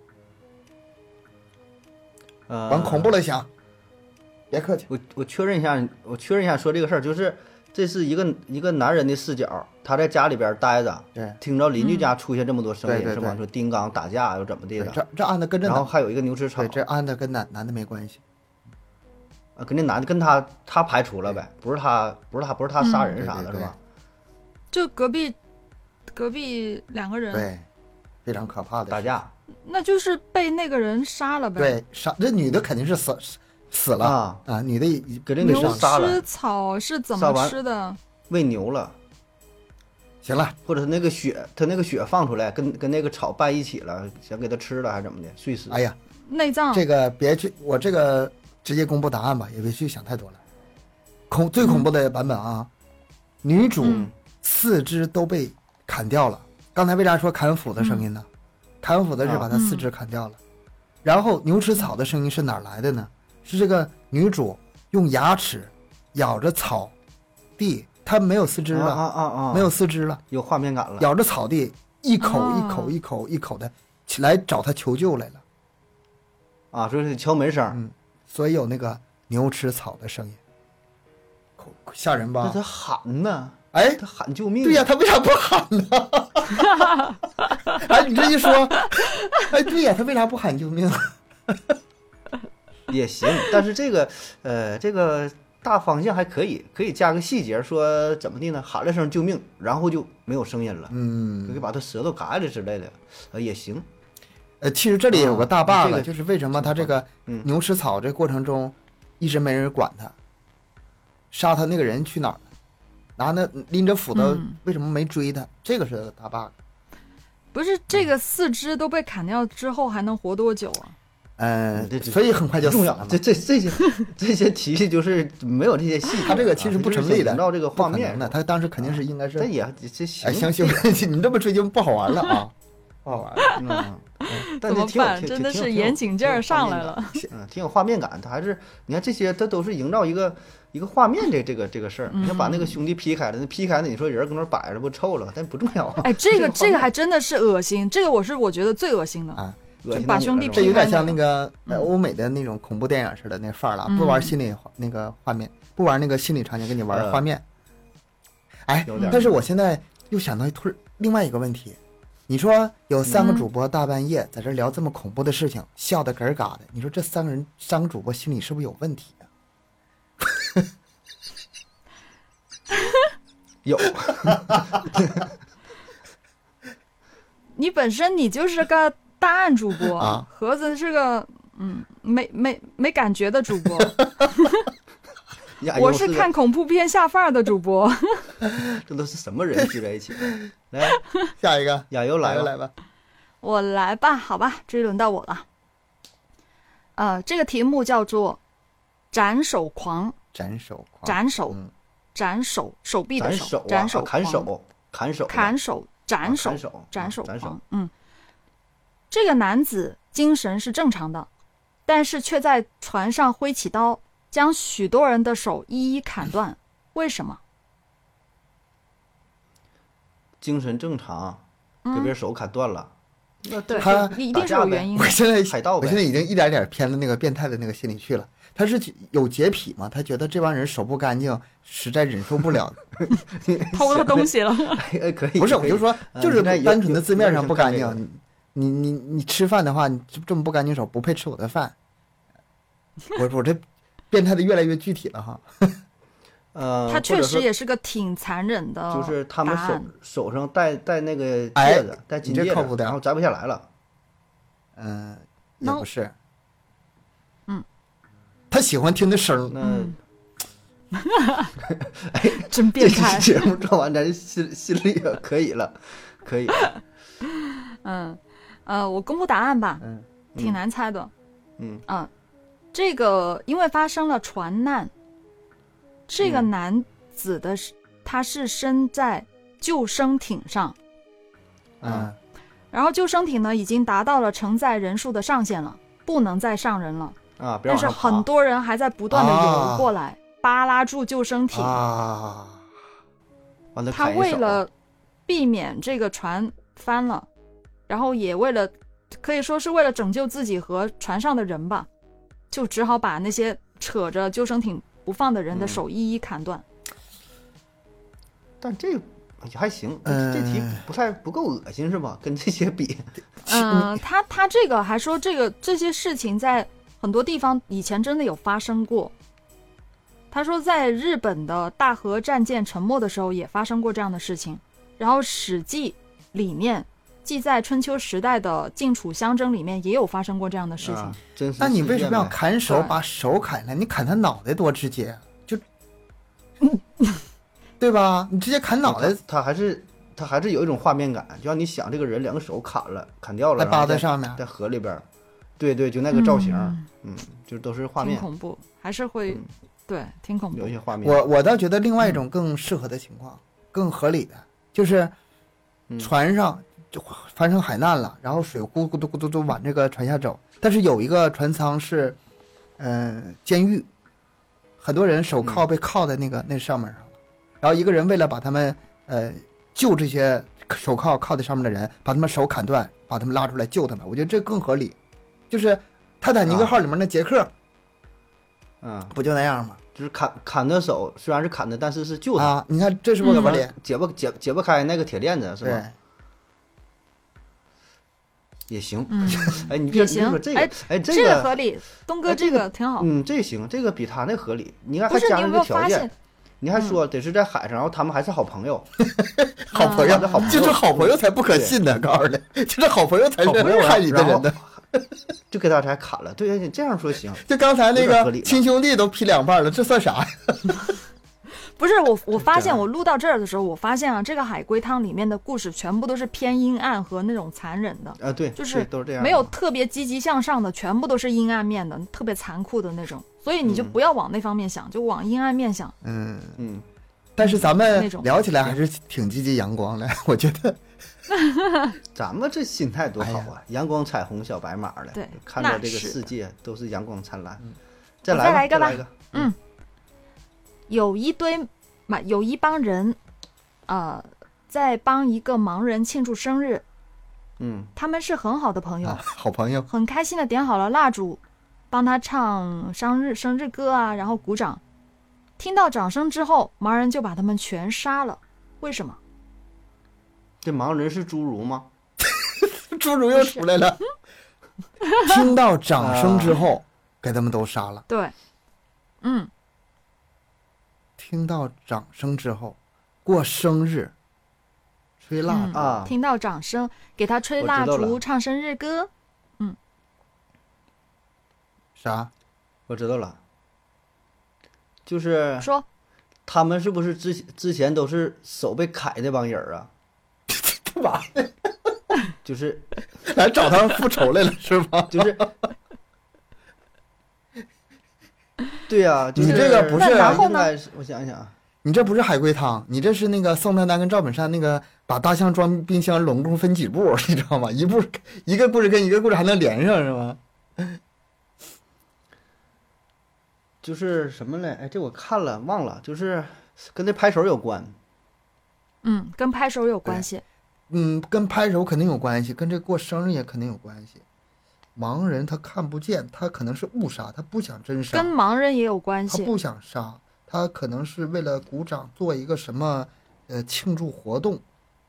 往恐怖了想，别客气。 我确认一下，说这个事儿，就是这是一个男人的视角，他在家里边待着， 对， 听着邻居家出现这么多声音， 对是吧？说叮当打架又怎么地的？ 这案子跟着， 然后还有一个牛吃草， 对，这案子跟男的没关系。 跟这男的跟他排除了呗，不是他杀人啥的，是吧？ 就隔壁2个人， 对，非常可怕的打架， 那就是被那个人杀了呗。 对，这女的肯定是死了啊，女的给这女的杀了。 牛吃草是怎么吃的？ 喂牛了。 行了， 或者他那个血放出来，跟那个草拌一起了，想给他吃了还是怎么的，碎尸。 哎呀， 内脏这个别去，我这个直接公布答案吧，也别去想太多了。最恐怖的版本啊，女主4肢都被砍掉了。刚才为啥说砍斧的声音呢？砍斧的是把她4肢砍掉了。然后牛吃草的声音是哪儿来的呢？是这个女主用牙齿咬着草地，她没有4肢了，没有4肢了， 有画面感了， 咬着草地，一口一口的来找她求救来了。 这是敲门声， 所以有那个牛吃草的声音，吓人吧？ 那他喊呢？他喊救命！ 对呀，他为啥不喊呢？你这一说，对呀，他为啥不喊救命？ 也行，但是这个大方向还可以加个细节，说怎么地呢？喊了声救命，然后就没有声音了，可以把他舌头嘎了之类的，也行。 其实这里有个大 bug，就是为什么他这个牛吃草这过程中一直没人管他，杀他那个人去哪儿了？拿那拎着斧头为什么没追他？这个是个大 bug。 不是这个4肢都被砍掉之后还能活多久啊？ 所以很快就死了嘛。 这些题就是没有这些细节， 他这个其实不成立的， 营造这个画面的。他当时肯定是应该是。 这行， 你这么追就不好玩了啊，不好玩。 怎么办？真的是严谨劲儿上来了。 挺有画面感。他还是你看这些，他都是营造一个画面这个事儿。你看把那个兄弟劈开了，那劈开了，你说人搁那摆着不臭了？但不重要。 这个还真的是恶心。这个我觉得最恶心的。就把兄弟劈开， 这有点像那个欧美的那种恐怖电影似的那范儿了。不玩心理那个画面，不玩那个心理场景，跟你玩画面。但是我现在又想到另外一个问题，你说有3个主播大半夜在这聊这么恐怖的事情，笑得咯嘎的，你说这3个主播心里是不是有问题啊？ 有。 你本身你就是个大案主播啊， 盒子是个没感觉的主播。我是看恐怖片下饭的主播。 这都是什么人聚在一起？来， 下一个亚优来吧。 我来吧，好吧，这轮到我了。这个题目叫做斩首狂。 斩首狂， 斩首，手臂的手， 斩首， 砍手，斩首狂。 这个男子精神是正常的，但是却在船上挥起刀，将许多人的手一一砍断，为什么？ 精神正常，给别人手砍断了，那对，一定是有原因的。 我现在海盗呗， 我现在已经一点点偏了那个变态的那个心里去了。他是有洁癖吗？他觉得这帮人手不干净，实在忍受不了， 偷了东西了。 可以， 不是，我就说，就是单纯的字面上不干净。 你吃饭的话，你这么不干净手，不配吃我的饭。我这变态的越来越具体了哈。 他确实也是个挺残忍的， 就是他们手上戴那个戒指，戴金戒指，然后摘不下来了。 也不是。他喜欢听的声。 真变态。 这期节目做完，咱心里也可以了，可以。 我公布答案吧。挺难猜的。这个因为发生了船难，这个男子的他是身在救生艇上。然后救生艇呢已经达到了承载人数的上限了，不能再上人了。但是很多人还在不断的游过来，扒拉住救生艇。他为了避免这个船翻了，然后也可以说是为了拯救自己和船上的人吧，就只好把那些扯着救生艇不放的人的手一一砍断。 但这也还行，这题不够恶心是吧？跟这些比。 他这个还说这些事情在很多地方以前真的有发生过。他说在日本的大和战舰沉没的时候也发生过这样的事情，然后《史记》里面记载春秋时代的晋楚相争里面也有发生过这样的事情。 那你为什么要砍手？把手砍了，你砍他脑袋多直接，就对吧？你直接砍脑袋， 他还是有一种画面感，就让你想这个人2个手砍掉了， 还扒在上面， 在河里边。对，就那个造型，就都是画面， 挺恐怖，还是会，对，挺恐怖。 有一些画面， 我倒觉得另外一种更适合的情况，更合理的，就是船上就发生海难了，然后水咕咕嘟咕嘟往这个船下走，但是有一个船舱是，监狱，很多人手铐被铐在那上面上了，然后一个人为了把他们救这些手铐铐在上面的人，把他们手砍断，把他们拉出来救他们，我觉得这更合理。就是泰坦尼克号里面的杰克，不就那样吗？ 就是砍的手，虽然是砍的，但是救他你看这是不是合理？ 解不开那个铁链子是吧？也行。你别说这个，这个合理。东哥这个挺好。 这行，这个比他那合理。你看还加上一个条件，你还说得是在海上，然后他们还是好朋友。 好朋友，就是好朋友才不可信呢，告诉你，就是好朋友才是害你的人的。 就给他才砍了，对，你这样说行。 就刚才那个亲兄弟都劈2半了，这算啥呀？ 不是我发现我录到这儿的时候，我发现这个海龟汤里面的故事全部都是偏阴暗和那种残忍的。 对， 就是都是这样， 没有特别积极向上的，全部都是阴暗面的，特别残酷的那种。所以你就不要往那方面想，就往阴暗面想。 但是咱们聊起来还是挺积极阳光的，我觉得。 咱们这心态多好啊！阳光彩虹小白马的， 对， 看着这个世界都是阳光灿烂。 再来一个吧。有一帮人，在帮一个盲人庆祝生日。他们是很好的朋友， 好朋友， 很开心的点好了蜡烛，帮他唱生日歌啊，然后鼓掌。听到掌声之后，盲人就把他们全杀了。为什么？ 这盲人是侏儒吗？ 侏儒又出来了。听到掌声之后，给他们都杀了。 对， 听到掌声之后，过生日，吹蜡烛。 啊， 听到掌声，给他吹蜡烛， 我知道了唱生日歌。 啥？ 我知道了，就是说他们是不是之前都是手被砍那帮人啊？ 干嘛呢？ 就是来找他们复仇来了是吧？ 就是，对呀、就是你这个不是然后呢应该是我想想啊， 你这不是海龟汤，你这是那个宋丹丹跟赵本山那个把大象装冰箱拢共分几步，你知道吗？一个故事跟一个故事还能连上是吗？ 就是什么嘞？哎，这我看了忘了，就是跟那拍手有关。 跟拍手有关系。 跟拍手肯定有关系，跟这过生日也肯定有关系。盲人他看不见，他可能是误杀，他不想真杀， 跟盲人也有关系。 他不想杀，他可能是为了鼓掌做一个什么庆祝活动，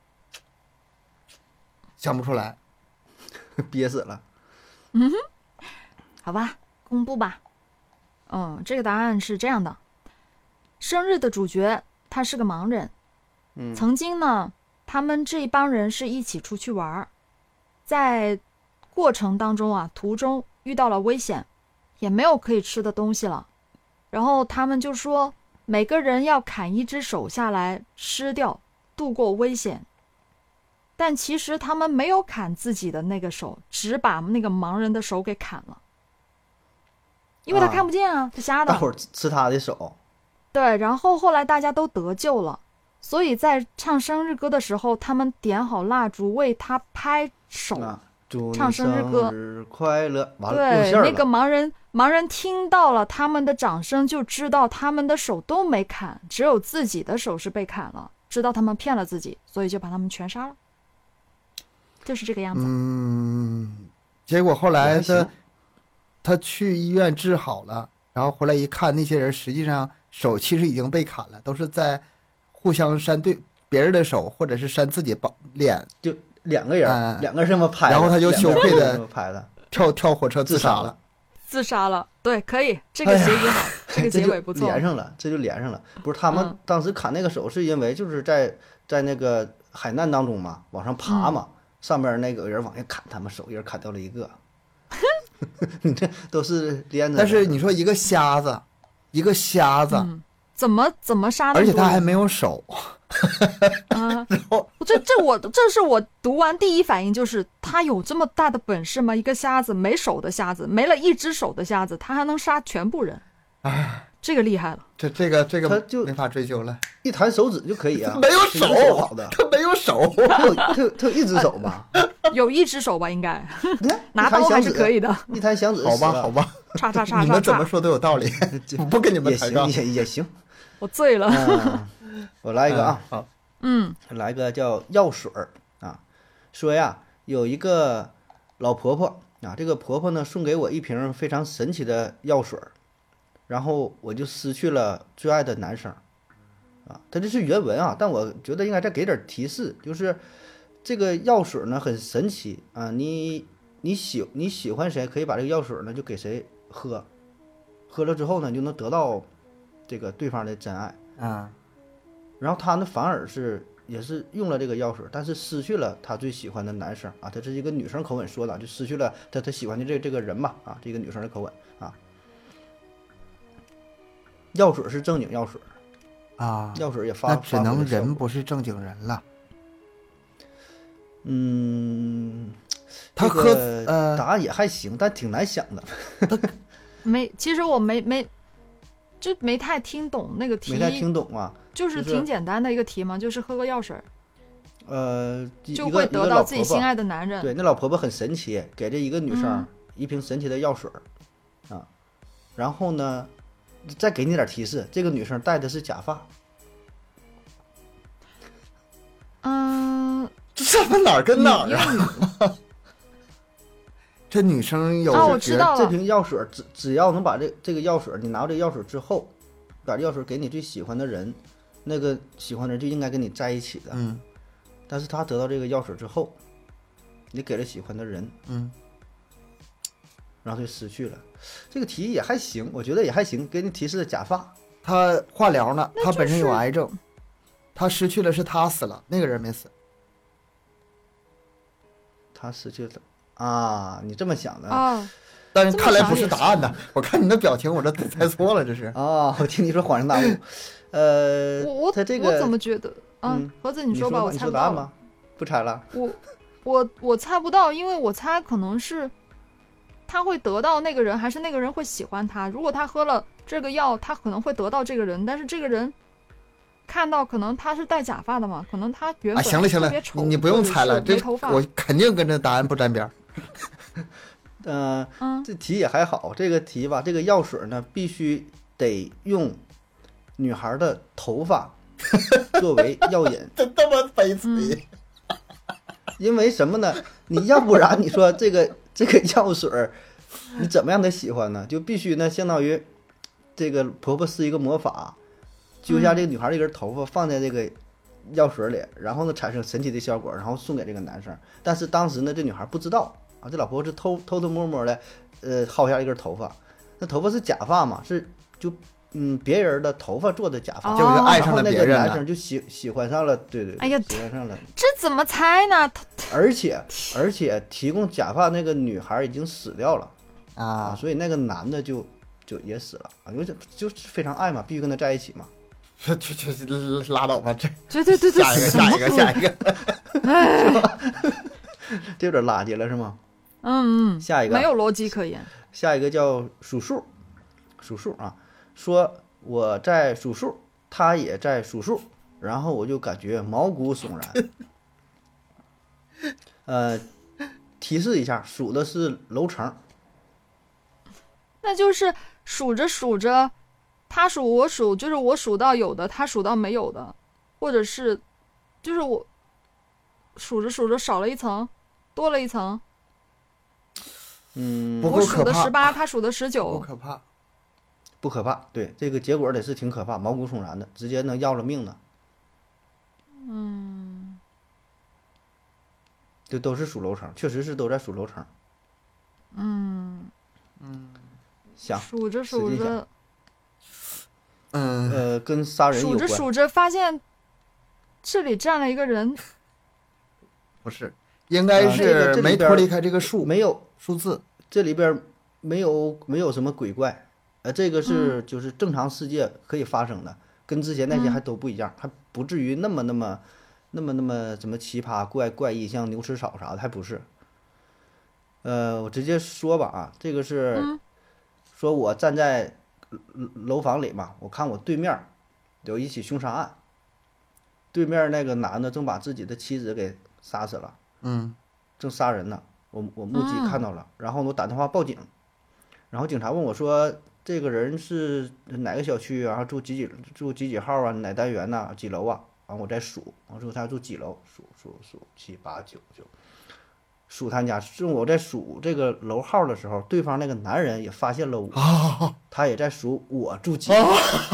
想不出来。 憋死了。 好吧，公布吧。这个答案是这样的：生日的主角他是个盲人。曾经呢，他们这一帮人是一起出去玩，在过程当中啊，途中遇到了危险，也没有可以吃的东西了。然后他们就说，每个人要砍一只手下来吃掉，度过危险。但其实他们没有砍自己的那个手，只把那个盲人的手给砍了，因为他看不见啊，他瞎的。 大伙儿吃他的手。 对，然后后来大家都得救了。所以在唱生日歌的时候，他们点好蜡烛为他拍手， 祝你唱生日歌日快乐。完了， 对， 露馅了那个盲人听到了他们的掌声，就知道他们的手都没砍，只有自己的手是被砍了，知道他们骗了自己，所以就把他们全杀了，就是这个样子。 结果后来也还行他去医院治好了，然后回来一看，那些人实际上手其实已经被砍了，都是在互相扇对别人的手，或者是扇自己脸， 就两个人，两个人这么拍的， 然后他就羞愧的拍的， 跳火车自杀了。 自杀了，对，可以，这个结局好，这个结尾不错。 连上了，这就连上了。不是他们当时砍那个手，是因为就是在那个海难当中嘛，往上爬嘛，上面那个人往下砍，他们手一人砍掉了一个。你这都是连着。 但是你说一个瞎子， 怎么杀的？ 而且他还没有手。 这是我读完第一反应，就是他有这么大的本事吗？一个瞎子，没手的瞎子，没了一只手的瞎子，他还能杀全部人，这个厉害了。 这个他就没法追究了， 一弹手指就可以啊。 没有手， 好的， 他没有手， 他有一只手吧？ 有一只手吧，应该拿刀还是可以的。 一弹响指， 好吧， 叉叉叉， 你们怎么说都有道理，我不跟你们抬杠也行。 我醉了。 我来一个啊， 好， 来个叫药水儿啊，说呀，有一个老婆婆啊，这个婆婆呢送给我一瓶非常神奇的药水儿，然后我就失去了最爱的男生啊。他这是原文啊，但我觉得应该再给点提示，就是这个药水呢很神奇啊，你喜欢谁，可以把这个药水呢就给谁喝，喝了之后呢，你就能得到这个对方的真爱啊。 然后他呢反而也是用了这个药水，但是失去了他最喜欢的男生啊，他是一个女生口吻说的，就失去了他喜欢的这个人吧啊，这个女生的口吻啊。药水是正经药水啊， 药水也那只能人不是正经人了。 他喝答案也还行，但挺难想的。 其实我没太听懂那个题， 没太听懂啊， 就是挺简单的一个题嘛，就是喝个药水，就会得到自己心爱的男人。 对，那老婆婆很神奇，给这一个女生一瓶神奇的药水啊，然后呢，再给你点提示，这个女生戴的是假发。 这什么哪儿跟哪儿啊？这女生有我知道了， 这瓶药水只要能把这个药水，你拿到这个药水之后，把这药水给你最喜欢的人，那个喜欢的人就应该跟你在一起的。 但是他得到这个药水之后，你给了喜欢的人，然后就失去了。这个题也还行，我觉得也还行，给你提示假发。 他化疗呢， 那他本身有癌症，他失去了是他死了，那个人没死。 他失去了啊，你这么想的啊？ 但是看来不是答案呢。我看你的表情，我这猜错了，这是。 啊，我听你说恍然大悟。他这个我怎么觉得？盒子你说吧，我猜不到答案吗？不猜了。 我猜不到，因为我猜可能是他会得到那个人，还是那个人会喜欢他。如果他喝了这个药，他可能会得到这个人，但是这个人看到可能他是戴假发的嘛，可能他原本行了，你不用猜了，这我肯定跟这答案不沾边。 这题也还好，这个题吧，这个药水呢必须得用女孩的头发作为药引。 真他妈悲催。 因为什么呢？你要不然你说这个药水你怎么样的喜欢呢？就必须呢，相当于这个婆婆施一个魔法，揪下这个女孩这根头发放在这个药水里，然后呢产生神奇的效果，然后送给这个男生。但是当时呢，这女孩不知道啊，这老婆是偷摸摸的薅下一根头发，那头发是假发嘛，是就别人的头发做的假发， 就是爱上了别人了， 然后那个男生就喜欢上了，对， 哎呀， 喜欢上了。 这怎么猜呢？ 而且提供假发那个女孩已经死掉了啊，所以那个男的就也死了啊，因为就是非常爱嘛，必须跟他在一起嘛。 这拉倒吧， 对， 下一个， 这有点垃圾了是吗？下一个没有逻辑可言。 下一个叫数数啊，说我在数数，他也在数数，然后我就感觉毛骨悚然。提示一下，数的是楼层。 那就是数着，他数我数，就是我数到有的，他数到没有的，或者是就是我数着少了一层，多了一层。我数的18，他数的19， 不可怕。对，这个结果得是挺可怕，毛骨悚然的，直接能要了命的。就都是数楼层，确实是都在数楼层。想数着， 跟杀人有关。 数着发现这里站了一个人， 不是，应该是没脱离开这个数， 没有数字， 这里边没有什么鬼怪，这个是就是正常世界可以发生的，跟之前那些还都不一样，还不至于那么什么奇葩怪异，像牛吃草啥的，还不是。我直接说吧啊，这个是说我站在楼房里嘛，我看我对面有一起凶杀案，对面那个男的正把自己的妻子给杀死了，正杀人呢，我目击看到了，然后我打电话报警，然后警察问我说这个人是哪个小区啊，住几号啊，哪单元呐，几楼啊？完我再数，我说他住几楼，数7、8、9，数他家。正我在数这个楼号的时候，对方那个男人也发现了我，他也在数我住几楼。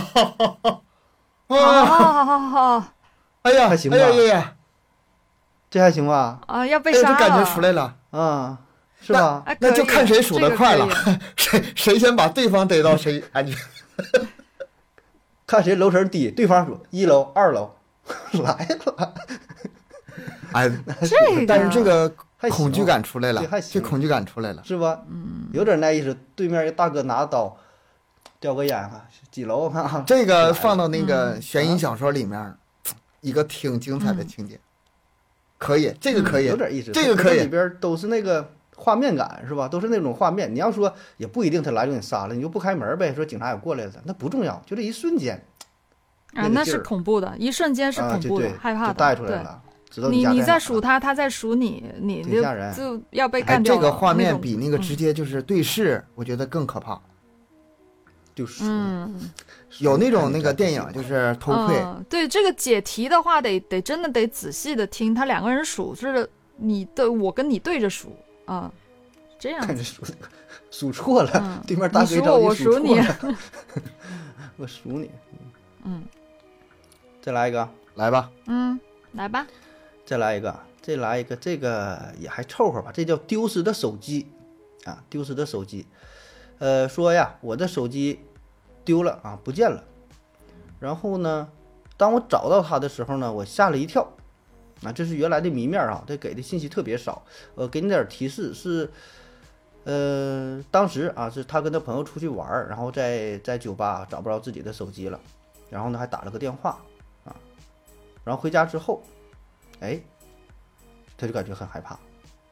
好， 哎呀， 还行吧？这还行吧？ 啊，要被杀了， 这感觉出来了啊，是吧？ 那就看谁数得快了，谁先把对方逮到谁安全。 看谁楼层低，对方数1楼、2楼。来了， 哎，但是这个恐惧感出来了，这恐惧感出来了， 是吧？有点那意思。对面一大哥拿刀，掉个眼哈，几楼哈？ 这个放到那个悬疑小说里面，一个挺精彩的情节，可以，这个可以， 有点意思。 这个可以， 里边都是那个画面感，是吧？都是那种画面。你要说也不一定，他来就给你杀了，你就不开门呗。说警察也过来了，那不重要，就这一瞬间。 那是恐怖的，一瞬间是恐怖的，害怕的， 带出来了。 你在数他，他在数你就要被干掉了。 这个画面比那个直接就是对视，我觉得更可怕。 就是有那种那个电影就是偷窥。 对这个解题的话，得真的得仔细的听，他两个人数是我跟你对着数啊，这样数错了，对面大哥你数我数你， 我数你。再来一个， 来吧。 来吧。 再来一个，这个也还凑合吧，这叫丢失的手机啊，丢失的手机。说呀，我的手机丢了啊，不见了。然后呢，当我找到它的时候呢，我吓了一跳。啊，这是原来的谜面啊，这给的信息特别少。给你点提示是，当时啊是他跟他朋友出去玩儿，然后在酒吧找不着自己的手机了，然后呢还打了个电话啊，然后回家之后，哎，他就感觉很害怕，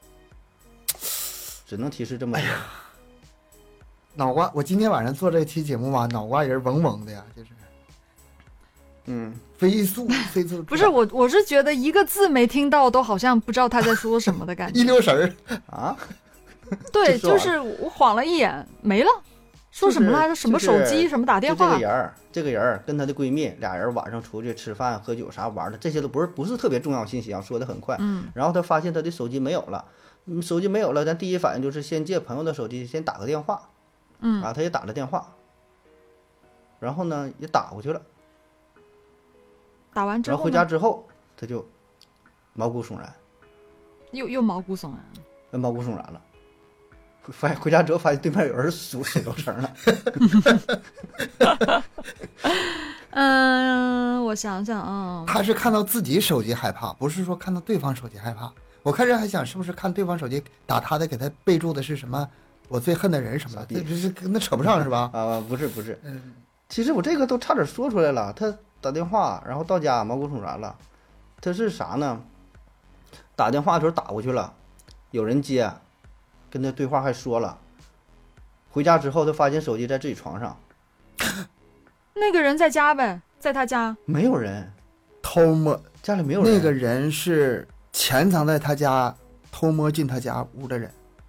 只能提示这么一个。 脑瓜，我今天晚上做这期节目吧，脑瓜仁嗡嗡的呀，就是，飞速。 不是我是觉得一个字没听到都好像不知道他在说什么的感觉。 一溜神儿啊。 对，就是我晃了一眼没了，说什么来着？什么手机？什么打电话？ 这个人跟她的闺蜜俩人晚上出去吃饭、喝酒啥玩的，这些都不是特别重要信息啊，说的很快。然后她发现她的手机没有了，手机没有了，咱第一反应就是先借朋友的手机，先打个电话。她也打了电话，然后呢也打过去了。 打完之后， 然后回家之后，她就毛骨悚然， 又毛骨悚然， 毛骨悚然了。回家之后发现对面有人数水楼层了。 我想想啊， 他是看到自己手机害怕，不是说看到对方手机害怕。我开始还想是不是看对方手机打他的，给他备注的是什么我最恨的人什么的，这是跟他扯不上是吧？ 不是，其实我这个都差点说出来了。他打电话，然后到家毛骨悚然了。他是啥呢？打电话的时候打过去了，有人接，跟他对话还说了。回家之后，他发现手机在自己床上。 那个人在家呗，在他家没有人， 偷摸家里没有人。 那个人是潜藏在他家，偷摸进他家屋的人。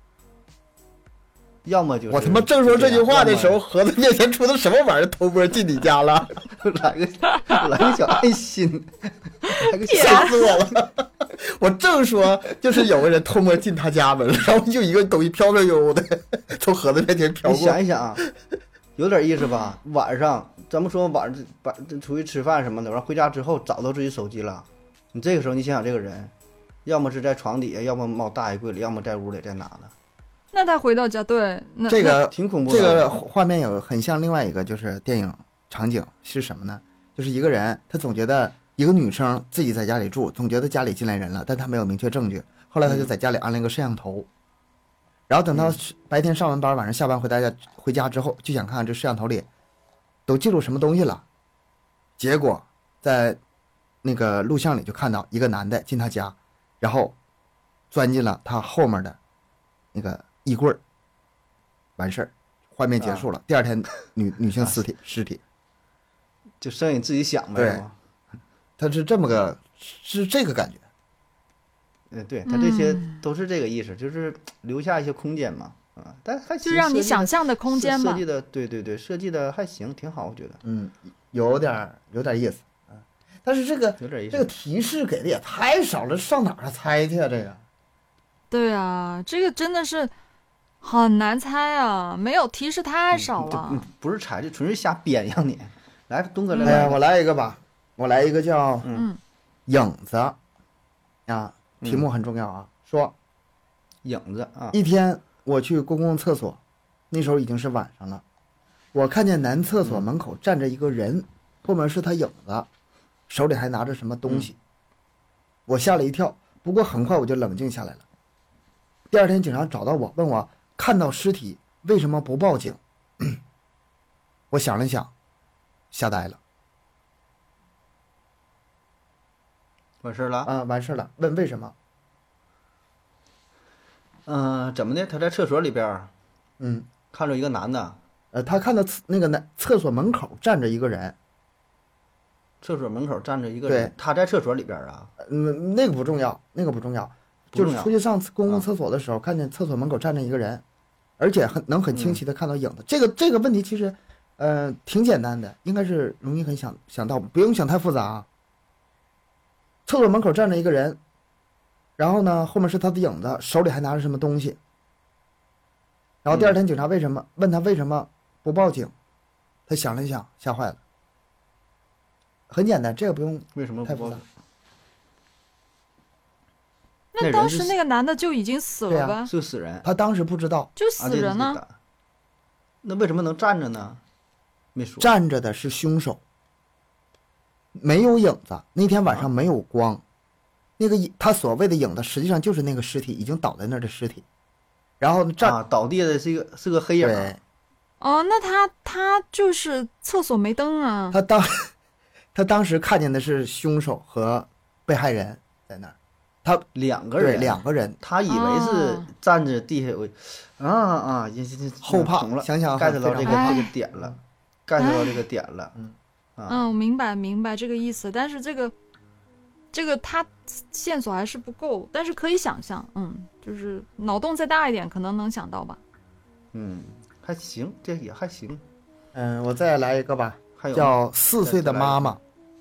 要么就是我他妈正说这句话的时候，盒子面前出的什么玩意儿？偷摸进你家了？ 来个小爱心， 吓死我了！我正说就是有个人偷摸进他家门，然后就一个东西飘飘悠悠的从盒子面前飘过。 你想一想啊，有点意思吧？晚上咱们说晚上出去吃饭什么的，然后回家之后找到自己手机了，你这个时候你想想这个人，要么是在床底下，要么冒大衣柜里，要么在屋里，在哪呢？ 那他回到家，对，那这个挺恐怖的。 这个画面有很像另外一个，就是电影场景是什么呢？就是一个人，他总觉得一个女生自己在家里住，总觉得家里进来人了，但他没有明确证据。后来他就在家里安了一个摄像头，然后等到白天上完班，晚上下班回家之后，就想看看这摄像头里都记录什么东西了。结果在那个录像里就看到一个男的进他家，然后钻进了他后面的那个衣柜，完事儿，画面结束了。第二天女性尸体， 就剩你自己想呗。 对，他是这么个是这个感觉。 对，他这些都是这个意思，就是留下一些空间嘛，但还行， 就让你想象的空间嘛。 设计的对，设计的还行，挺好，我觉得。 有点意思啊，但是这个有点意思， 这个提示给的也太少了，上哪儿猜去啊？这个。 对啊，这个真的是很难猜啊，没有提示太少了。 不是猜，就纯粹瞎编让你。来，东哥来。 哎呀，我来一个吧，我来一个叫影子啊，题目很重要啊。说影子啊， 一天我去公共厕所，那时候已经是晚上了，我看见男厕所门口站着一个人，后面是他影子，手里还拿着什么东西，我吓了一跳，不过很快我就冷静下来了。第二天警察找到我，问我看到尸体为什么不报警。我想了想，吓呆了。 完事了啊，完事了。问为什么？ 怎么的？他在厕所里边，看着一个男的。 他看到那个厕所门口站着一个人。 厕所门口站着一个人，他在厕所里边啊。 那个不重要，那个不重要。就是出去上公共厕所的时候，看见厕所门口站着一个人，而且很清晰的看到影子。这个问题其实，挺简单的，应该是容易很想到，不用想太复杂啊。厕所门口站着一个人，然后呢，后面是他的影子，手里还拿着什么东西。然后第二天警察问他为什么不报警，他想了一想，吓坏了。很简单，这个不用为什么太复杂。 那当时那个男的就已经死了呗， 是个死人， 他当时不知道， 就死人呢。 那为什么能站着呢？没说。 站着的是凶手，没有影子。那天晚上没有光，那个他所谓的影子，实际上就是那个尸体已经倒在那儿的尸体。然后倒地的是个黑影。 对。 哦，那他就是厕所没灯啊。 他当时看见的是凶手和被害人在那儿，他两个人， 对，两个人， 他以为是站着地下有， 后怕，想想 get 到这个点了，get 到这个点了， 我明白这个意思，但是这个他线索还是不够，但是可以想象，就是脑洞再大一点，可能能想到吧。 还行，这也还行。 我再来一个吧，叫4岁的妈妈。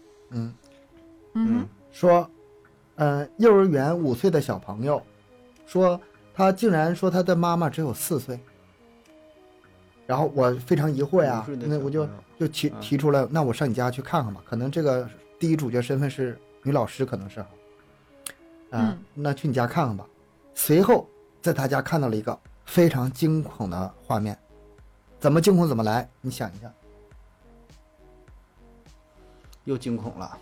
说，幼儿园5岁的小朋友，说他竟然说他的妈妈只有4岁。然后我非常疑惑呀，那我就提出了，那我上你家去看看吧。可能这个第一主角身份是女老师，可能是那去你家看看吧。随后在他家看到了一个非常惊恐的画面，怎么惊恐怎么来，你想一下。 又惊恐了。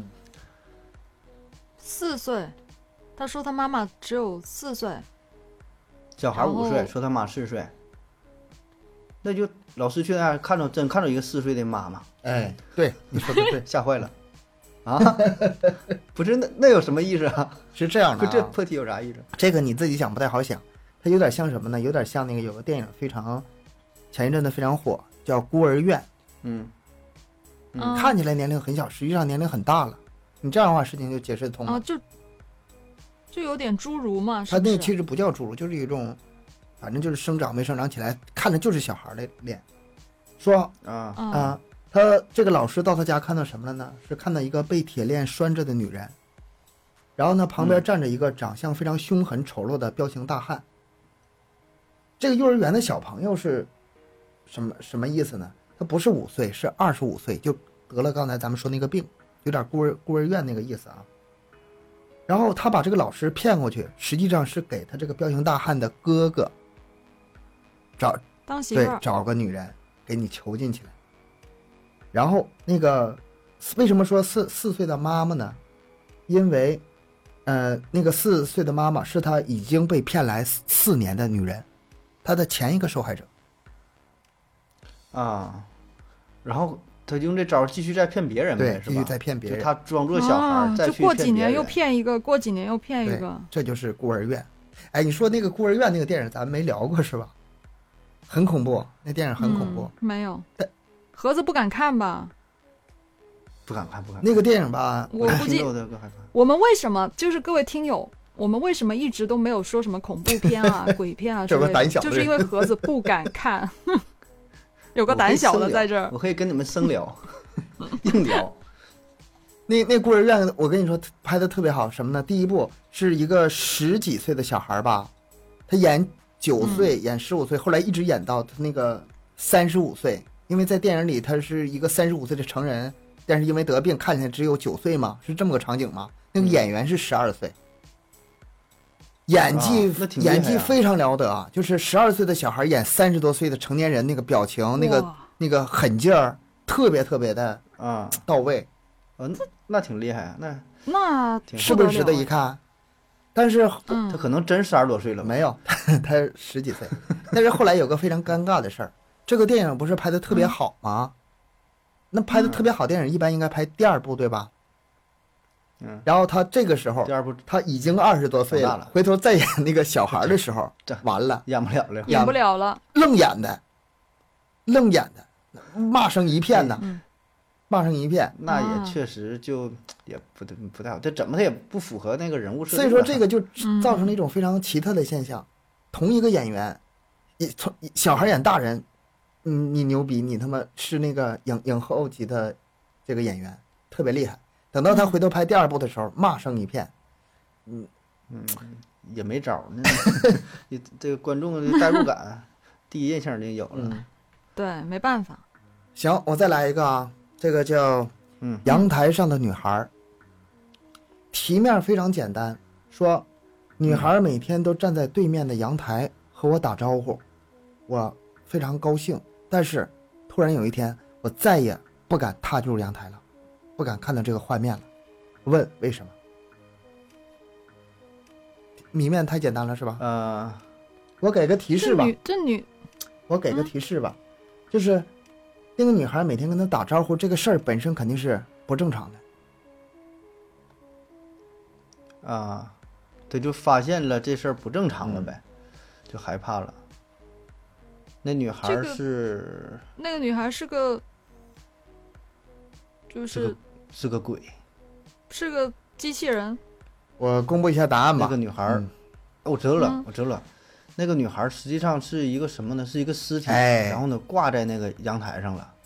4岁，他说他妈妈只有4岁， 小孩5岁，说他妈4岁，那就老师去那真看到一个4岁的妈妈。 哎，对，你说的对， 吓坏了。啊，不是，那有什么意思啊？ 是这样的， 这破题有啥意思？ 这个你自己想不太好想，它有点像什么呢？有点像那个有个电影前一阵子非常火，叫《孤儿院》。看起来年龄很小，实际上年龄很大了。你这样的话，事情就解释得通了。 就有点侏儒嘛。 他那其实不叫侏儒，就是一种，反正就是生长没生长起来，看着就是小孩的脸。说他这个老师到他家看到什么了呢？是看到一个被铁链拴着的女人，然后呢旁边站着一个长相非常凶狠丑陋的彪形大汉。这个幼儿园的小朋友是什么意思呢？他不是5岁，是25岁，就得了刚才咱们说那个病，有点孤儿院那个意思啊。然后他把这个老师骗过去，实际上是给他这个彪形大汉的哥哥当媳妇儿， 找个女人给你囚禁起来。然后那个为什么说4岁的妈妈呢？因为那个4岁的妈妈是他已经被骗来4年的女人，他的前一个受害者然后他用这招继续再骗别人呗， 对，继续再骗别人。 他装作小孩再去骗别人， 就过几年又骗一个，过几年又骗一个， 这就是孤儿院。哎，你说那个孤儿院那个电影咱没聊过是吧？很恐怖，那电影很恐怖。 没有，盒子不敢看吧？ 不敢看。 那个电影吧， 我估计我们为什么就是各位听友，我们为什么一直都没有说什么恐怖片啊、鬼片啊之类的，就是因为盒子不敢看。有个胆小的在这儿， 我可以跟你们生聊，硬聊。 那孤儿院，我跟你说拍的特别好，什么呢？第一部是一个10几岁的小孩吧，他演9岁，演15岁，后来一直演到他那个35岁，因为在电影里他是一个35岁的成人，但是因为得病看起来只有9岁嘛，是这么个场景嘛。那个演员是12岁。演技非常了得啊！就是12岁的小孩演30多岁的成年人，那个表情，那个狠劲儿，特别的到位。 那挺厉害啊， 那是不是值得一看？但是他可能真12多岁了， 没有，他10几岁。但是后来有个非常尴尬的事儿，这个电影不是拍的特别好吗？那拍的特别好电影一般应该拍第2部对吧？然后他这个时候， 第2部他已经20多岁了，回头再演那个小孩的时候，完了， 演不了了， 演不了了， 愣演的，骂声一片呐，骂声一片。 那也确实就也不太好，这怎么他也不符合那个人物设定。 所以说这个就造成了一种非常奇特的现象，同一个演员，从小孩演大人，你牛逼，你他妈是那个影后级的这个演员，特别厉害。等到他回头拍第2部的时候，骂声一片， 也没招呢。这个观众的代入感，第一印象就有了。 对，没办法。 行，我再来一个啊，这个叫阳台上的女孩。题面非常简单，说女孩每天都站在对面的阳台和我打招呼，我非常高兴。但是突然有一天，我再也不敢踏入阳台了，不敢看到这个画面了。问为什么？谜面太简单了是吧？我给个提示吧。我给个提示吧，就是那个女孩每天跟他打招呼，这个事儿本身肯定是不正常的。对，就发现了这事儿不正常了呗，就害怕了。那女孩是、 那个女孩是个， 是个鬼， 是个机器人。 我公布一下答案吧。 那个女孩，我知道了，我知道了。那个女孩实际上是一个什么呢？是一个尸体，然后呢挂在那个阳台上了。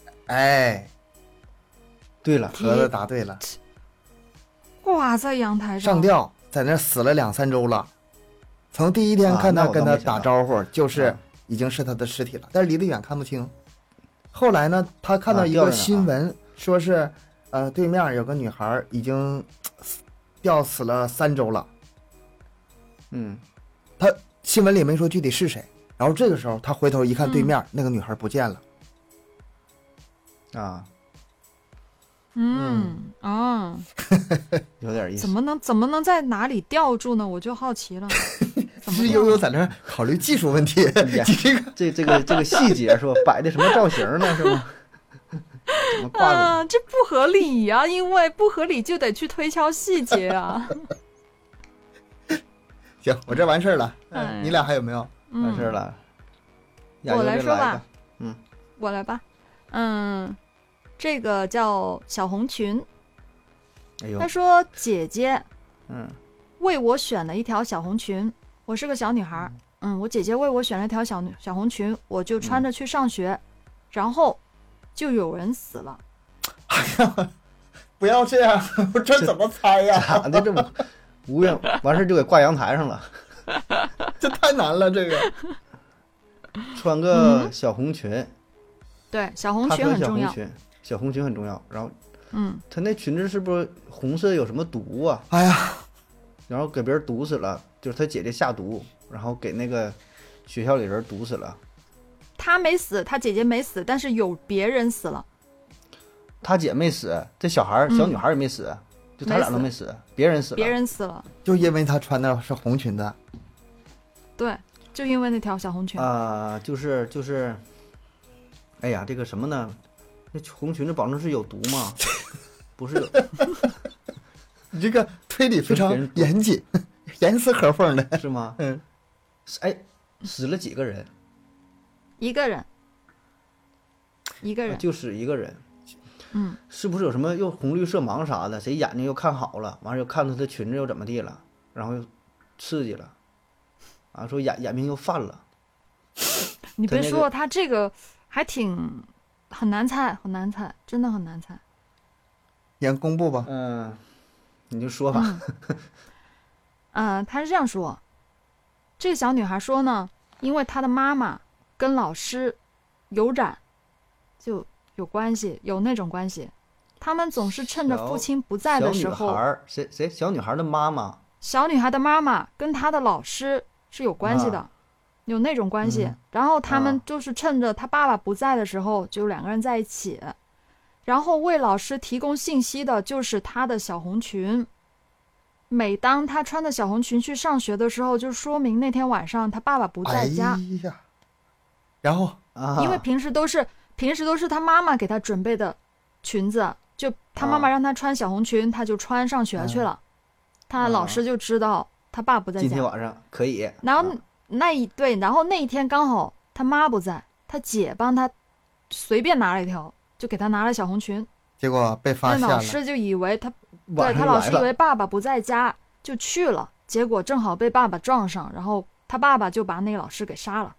对了， 盒子答对了。 挂在阳台上， 上吊，在那死了2-3周了。从第一天看他跟他打招呼，就是已经是他的尸体了，但是离得远看不清。后来呢，他看到一个新闻，说是对面有个女孩已经吊死了3周了。他新闻里没说具体是谁。然后这个时候他回头一看，对面那个女孩不见了。 有点意思。 怎么能在哪里吊住呢？我就好奇了。 是悠悠在那考虑技术问题。 这个细节是吧？摆的什么造型呢？是吗？怎么挂着？ 这不合理呀，因为不合理就得去推敲细节啊。 行，我这完事儿了。你俩还有没有？ 完事儿了。 我来说吧。 嗯， 我来吧。这个叫小红裙。他说：“姐姐，为我选了一条小红裙。我是个小女孩，我姐姐为我选了一条小红裙，我就穿着去上学，然后就有人死了。” 哎呀，不要这样，我这怎么猜呀？ 咋的这么无缘？完事就给挂阳台上了， 这太难了。这个穿个小红裙， 对，小红裙很重要。 小红裙很重要。然后，他那裙子是不是红色有什么毒啊？ 哎呀， 然后给别人毒死了，就是他姐姐下毒，然后给那个学校里人毒死了。 他没死，他姐姐没死，但是有别人死了。 他姐没死，这小女孩也没死，就他俩都没死，别人死了。 别人死了， 就因为他穿的是红裙子。 对，就因为那条小红裙。 就是，哎呀，这个什么呢？那红裙子保证是有毒吗？不是有。 你这个推理非常严谨，严丝合缝的， 是吗？死了几个人？ 一个人， 就死一个人。是不是有什么又红绿色盲啥的？谁眼睛又看好了，完了又看他的裙子又怎么地了，然后又刺激了，说眼病又犯了。 你别说，他这个还很难猜，真的很难猜。 先公布吧。 你就说吧。 他是这样说，这个小女孩说呢，因为她的妈妈跟老师有染，就有关系，有那种关系。他们总是趁着父亲不在的时候。 谁？小女孩的妈妈。 小女孩的妈妈跟她的老师是有关系的，有那种关系。然后他们就是趁着她爸爸不在的时候，就2个人在一起。然后为老师提供信息的就是她的小红裙。每当她穿的小红裙去上学的时候，就说明那天晚上她爸爸不在家。 哎呀，然后因为平时都是她妈妈给她准备的裙子，就她妈妈让她穿小红裙，她就穿上学去了。她老师就知道她爸不在家。 今天晚上可以。 然后然后那一天刚好她妈不在，她姐帮她随便拿了一条，就给她拿了小红裙。 结果被发现了。 那老师就以为她老师以为爸爸不在家，就去了。结果正好被爸爸撞上，然后她爸爸就把那个老师给杀了。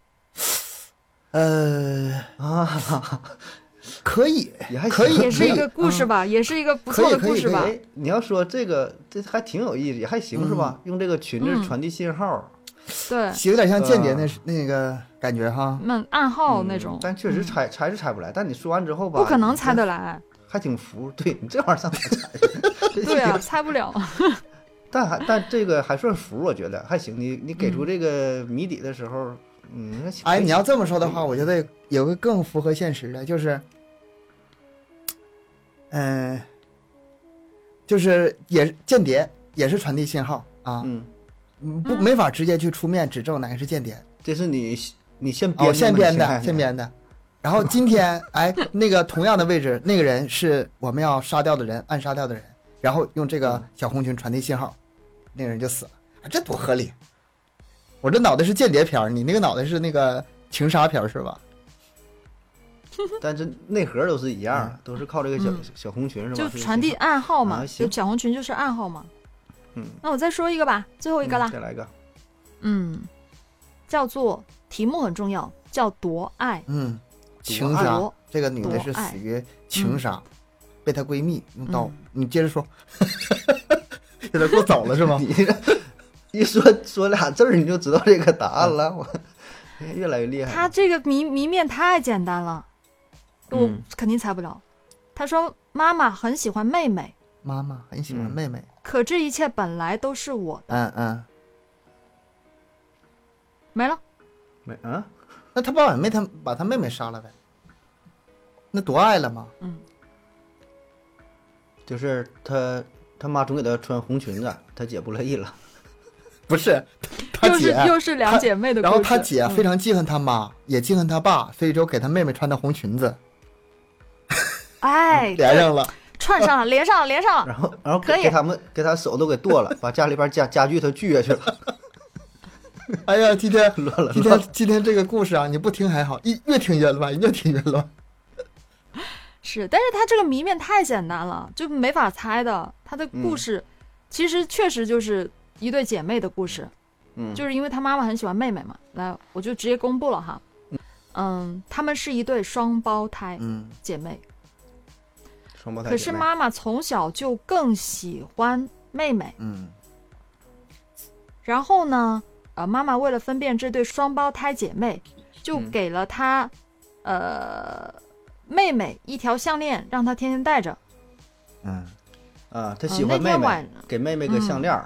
可以， 也是一个故事吧，也是一个不错的故事吧。 你要说这还挺有意思，也还行是吧？用这个裙子传递信号， 对， 有点像间谍那个感觉哈。 暗号那种。 但确实猜是猜不来。但你说完之后吧， 不可能猜得来， 还挺服。对你这玩意儿上哪猜？ 对啊，猜不了。 但这个还算服，我觉得还行。你给出这个谜底的时候， 哎，你要这么说的话，我觉得有个更符合现实的，就是，就是也间谍，也是传递信号啊，没法直接去出面指证哪个是间谍。 这是你现编的吗？ 现编的。然后今天，哎，那个同样的位置，那个人是我们要杀掉的人，暗杀掉的人，然后用这个小红裙传递信号，那个人就死了，这多合理！我这脑袋是间谍片儿，你那个脑袋是那个情杀片儿是吧？ 但是内核都是一样的，都是靠这个小红裙是吧？ 就传递暗号嘛， 行， 就小红裙就是暗号嘛。那我再说一个吧，最后一个啦。 再来一个。 叫做题目很重要，叫夺爱。 情杀，这个女的是死于情杀，被她闺蜜用刀。你接着说，现在给我走了是吗？ 你一说俩字儿，你就知道这个答案了。我越来越厉害。 他这个谜面太简单了，我肯定猜不了。他说妈妈很喜欢妹妹， 妈妈很喜欢妹妹， 可这一切本来都是我的。没了。 那他把他妹妹杀了呗？那多爱了吗？ 就是他妈总给他穿红裙子，他姐不乐意了。 不是，他姐又是两姐妹的故事。 然后他姐非常记恨他妈，也记恨他爸，所以就给他妹妹穿的红裙子。 哎， 连上了， 串上了，连上了。 然后给他手都给剁了，把家里边家具都锯下去了。 哎呀，今天这个故事啊，你不听还好，越听越乱，越听越乱。 是，但是他这个谜面太简单了，就没法猜的。他的故事其实确实就是一对姐妹的故事，就是因为他妈妈很喜欢妹妹嘛。来，我就直接公布了哈。他们是一对双胞胎姐妹。 双胞胎姐妹。 可是妈妈从小就更喜欢妹妹。然后呢？妈妈为了分辨这对双胞胎姐妹，就给了她妹妹一条项链，让她天天戴着。 她喜欢妹妹，给妹妹个项链。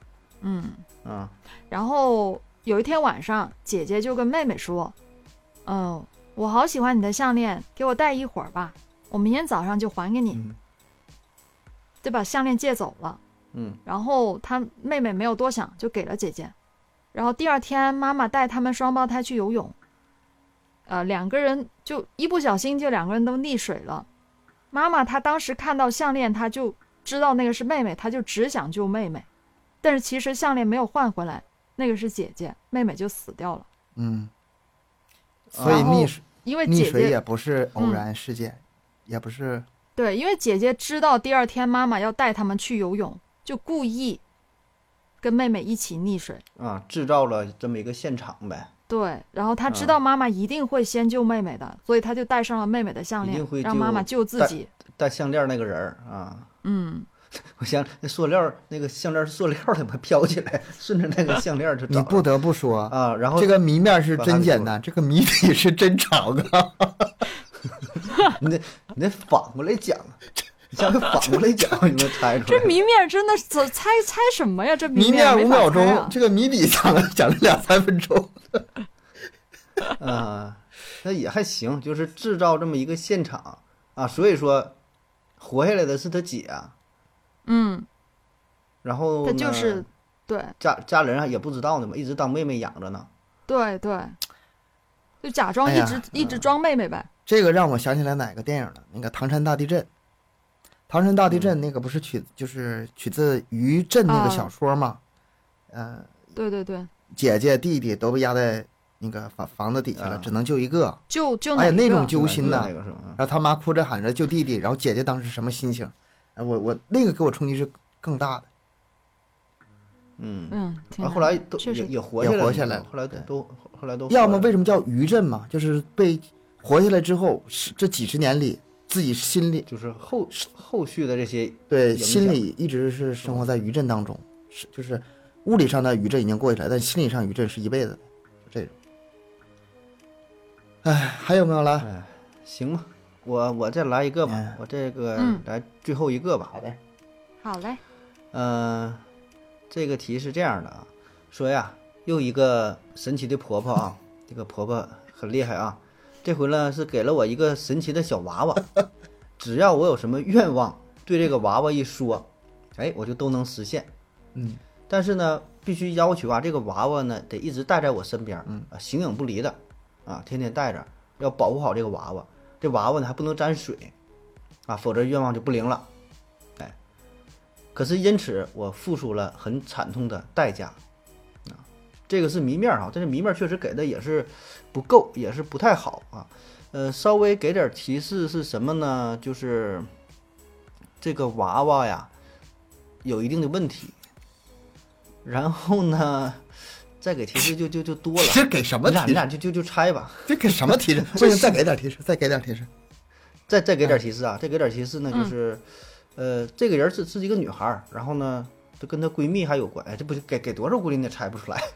然后有一天晚上，姐姐就跟妹妹说：“我好喜欢你的项链，给我戴一会儿吧，我明天早上就还给你。”就把项链借走了。然后她妹妹没有多想，就给了姐姐。然后第二天，妈妈带他们双胞胎去游泳，两个人就一不小心就两个人都溺水了。妈妈她当时看到项链，她就知道那个是妹妹，她就只想救妹妹，但是其实项链没有换回来，那个是姐姐，妹妹就死掉了。 所以因为姐姐溺水也不是偶然事件，也不是。 对，因为姐姐知道第二天妈妈要带他们去游泳，就故意跟妹妹一起溺水制造了这么一个现场呗。 对，然后他知道妈妈一定会先救妹妹的，所以他就戴上了妹妹的项链，让妈妈救自己。 戴项链那个人我想那塑料那个项链是塑料的嘛，飘起来，顺着那个项链就找。 你不得不说然后这个谜面是真简单，这个谜底是真长啊。 你得反过来讲。你下回反过来讲，你能猜出来？ 这谜面真的猜什么呀？这谜面5秒钟，这个谜底讲了2-3分钟。 那也还行，就是制造这么一个现场所以说活下来的是他姐然后他就是对家人也不知道呢嘛，一直当妹妹养着呢。 对，就假装一直装妹妹呗。 这个让我想起来哪个电影了？那个唐山大地震。唐山大地震那个不是取自余震那个小说吗？ 对， 姐姐弟弟都被压在那个房子底下了，只能救一个， 就哎呀那种揪心呐！ 然后他妈哭着喊着救弟弟，然后姐姐当时什么心情？我那个给我冲击是更大的。 后来都也活下来了，后来都要么为什么叫余震嘛？就是被活下来之后，这几十年里。自己心里就是后续的这些对心里一直是生活在余震当中，就是物理上的余震已经过去了，但心理上余震是一辈子的，这种。还有没有了？ 行吧，我再来一个吧，我这个来最后一个吧。 好的， 好嘞。 这个题是这样的啊，说呀，又一个神奇的婆婆啊，这个婆婆很厉害啊，这回呢是给了我一个神奇的小娃娃，只要我有什么愿望，对这个娃娃一说，哎，我就都能实现。但是呢，必须要求啊，这个娃娃呢得一直带在我身边，形影不离的，啊，天天带着，要保护好这个娃娃。这娃娃呢还不能沾水，啊，否则愿望就不灵了。哎，可是因此我付出了很惨痛的代价，啊，这个是谜面啊，但是谜面确实给的也是不够，也是不太好啊。稍微给点提示是什么呢？就是这个娃娃呀有一定的问题。然后呢，再给提示就多了。 这给什么提示？ 你俩就猜吧。 这给什么提示？不行，再给点提示，再给点提示。 再给点提示啊！再给点提示呢，就是，这个人是一个女孩儿，然后呢，就跟她闺蜜还有关。哎，这不给多少估计你也猜不出来。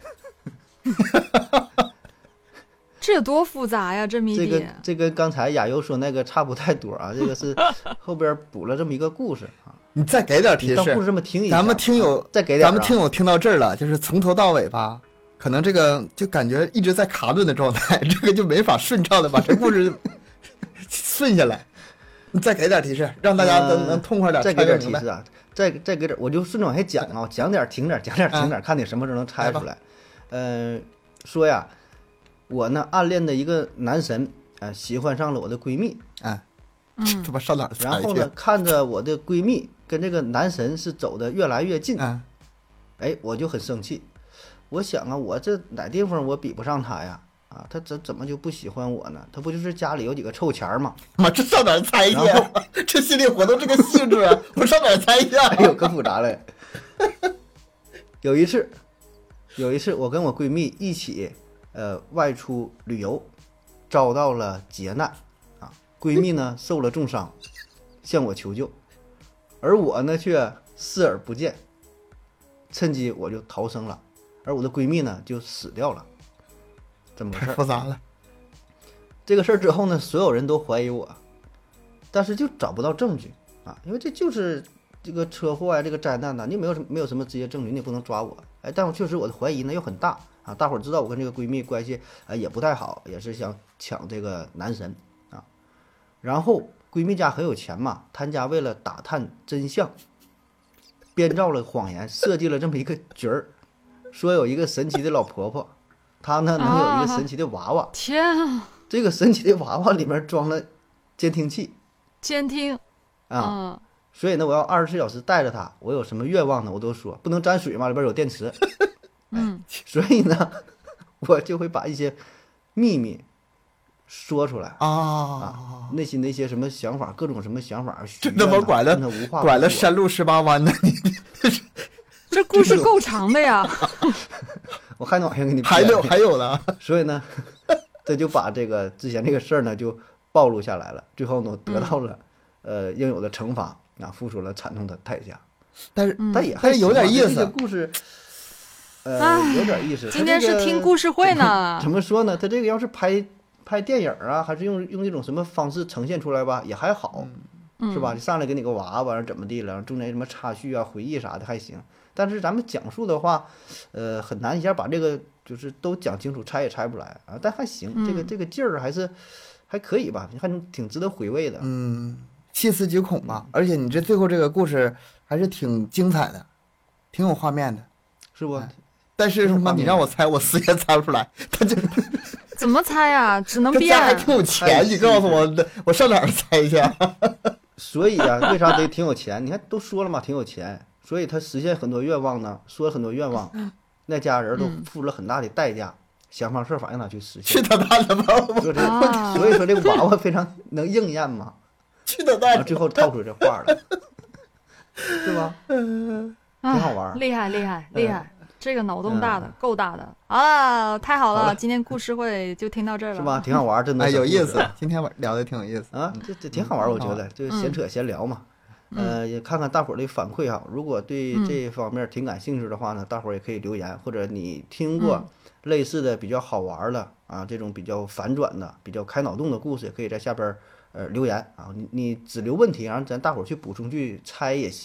这多复杂呀，这谜底。 这跟刚才亚优说那个差不太多啊，这个是后边补了这么一个故事啊。 你再给点提示， 当故事这么听一下， 咱们听友再给点， 咱们听友听到这儿了，就是从头到尾吧，可能这个就感觉一直在卡顿的状态，这个就没法顺畅的把这故事顺下来。你再给点提示，让大家能痛快点。 再给点提示啊，再给点，我就顺着往下讲啊，讲点停点，讲点停点，看你什么时候能猜出来。说呀，我呢暗恋的一个男神，喜欢上了我的闺蜜， 这不上哪儿猜去？ 然后呢，看着我的闺蜜跟这个男神是走得越来越近，哎，我就很生气。我想啊，我这哪地方我比不上他呀？啊，他怎么就不喜欢我呢？他不就是家里有几个臭钱吗？ 妈，这上哪儿猜去？这心理活动这个性质啊，我上哪儿猜去？ 哎呦，可复杂了。有一次我跟我闺蜜一起外出旅游，遭到了劫难。闺蜜呢受了重伤，向我求救，而我呢却视而不见，趁机我就逃生了，而我的闺蜜呢就死掉了。怎么回事？ 复杂了。 这个事儿之后呢，所有人都怀疑我，但是就找不到证据啊，因为这就是这个车祸呀，这个灾难呐，你没有什么直接证据，你也不能抓我。哎，但我确实我的怀疑呢又很大啊，大伙儿知道我跟这个闺蜜关系也不太好，也是想抢这个男神。然后闺蜜家很有钱嘛，她家为了打探真相，编造了谎言，设计了这么一个局儿，说有一个神奇的老婆婆，她呢能有一个神奇的娃娃。 天啊！ 这个神奇的娃娃里面装了监听器， 监听啊，所以呢，我要24小时带着它。我有什么愿望呢？我都说不能沾水嘛，里边有电池。所以呢，我就会把一些秘密说出来啊，内心的一些什么想法，各种什么想法， 这他妈拐了山路18弯呢！ 这故事够长的呀！ 我还能往下给你还有了， 所以呢，这就把这个之前这个事儿呢就暴露下来了，最后呢得到了应有的惩罚啊，付出了惨痛的代价。 但是有点意思， 这个故事。有点意思。 今天是听故事会呢。 怎么说呢？他这个要是拍电影啊，还是用这种什么方式呈现出来吧，也还好，是吧？你上来给你个娃娃，怎么地了？中间什么插叙啊、回忆啥的还行。但是咱们讲述的话，很难一下把这个就是都讲清楚，猜也猜不来啊。但还行，这个劲儿还可以吧，还挺值得回味的。 细思极恐吧。而且你这最后这个故事还是挺精彩的，挺有画面的， 是不？ 但是什么？你让我猜，我死也猜不出来。他就怎么猜啊？只能变。 他家还挺有钱，你告诉我上哪儿猜去？ 所以啊，为啥得挺有钱？你看都说了嘛，挺有钱，所以他实现很多愿望呢，说了很多愿望，那家人都付出了很大的代价，想方设法让他去实现。 去他妈的吧！ 所以说这个娃娃非常能应验嘛。 去他妈！ 最后套出这话了，是吧？挺好玩， 厉害。这个脑洞大的，够大的啊！太好了，今天故事会就听到这儿了， 是吧？挺好玩，真的有意思。今天聊的挺有意思啊，这挺好玩，我觉得就闲扯闲聊嘛。也看看大伙儿的反馈哈。如果对这方面挺感兴趣的话呢，大伙儿也可以留言，或者你听过类似的比较好玩的啊，这种比较反转的、比较开脑洞的故事，也可以在下边留言啊。你只留问题，然后咱大伙儿去补充去猜也行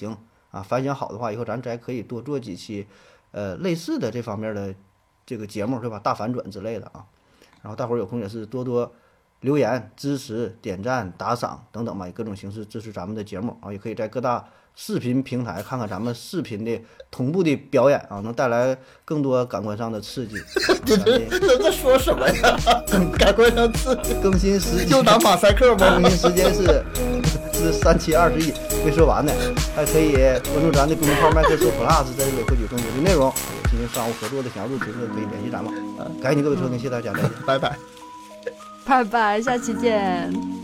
啊，反响好的话，以后咱再可以多做几期类似的这方面的这个节目，对吧？大反转之类的啊。然后大伙儿有空也是多多留言、支持、点赞、打赏等等吧，以各种形式支持咱们的节目啊。也可以在各大视频平台看看咱们视频的同步的表演啊，能带来更多感官上的刺激。 这在说什么呀？感官上刺激。 更新时间就打马赛克吗？ 更新时间是3721，没说完呢。还可以关注咱的公众号麦克说 Plus， 在这里获取更多的内容。进行商务合作的想要入群的可以联系咱们。感谢各位收听，谢谢大家，再见， 拜拜。 拜拜，下期见。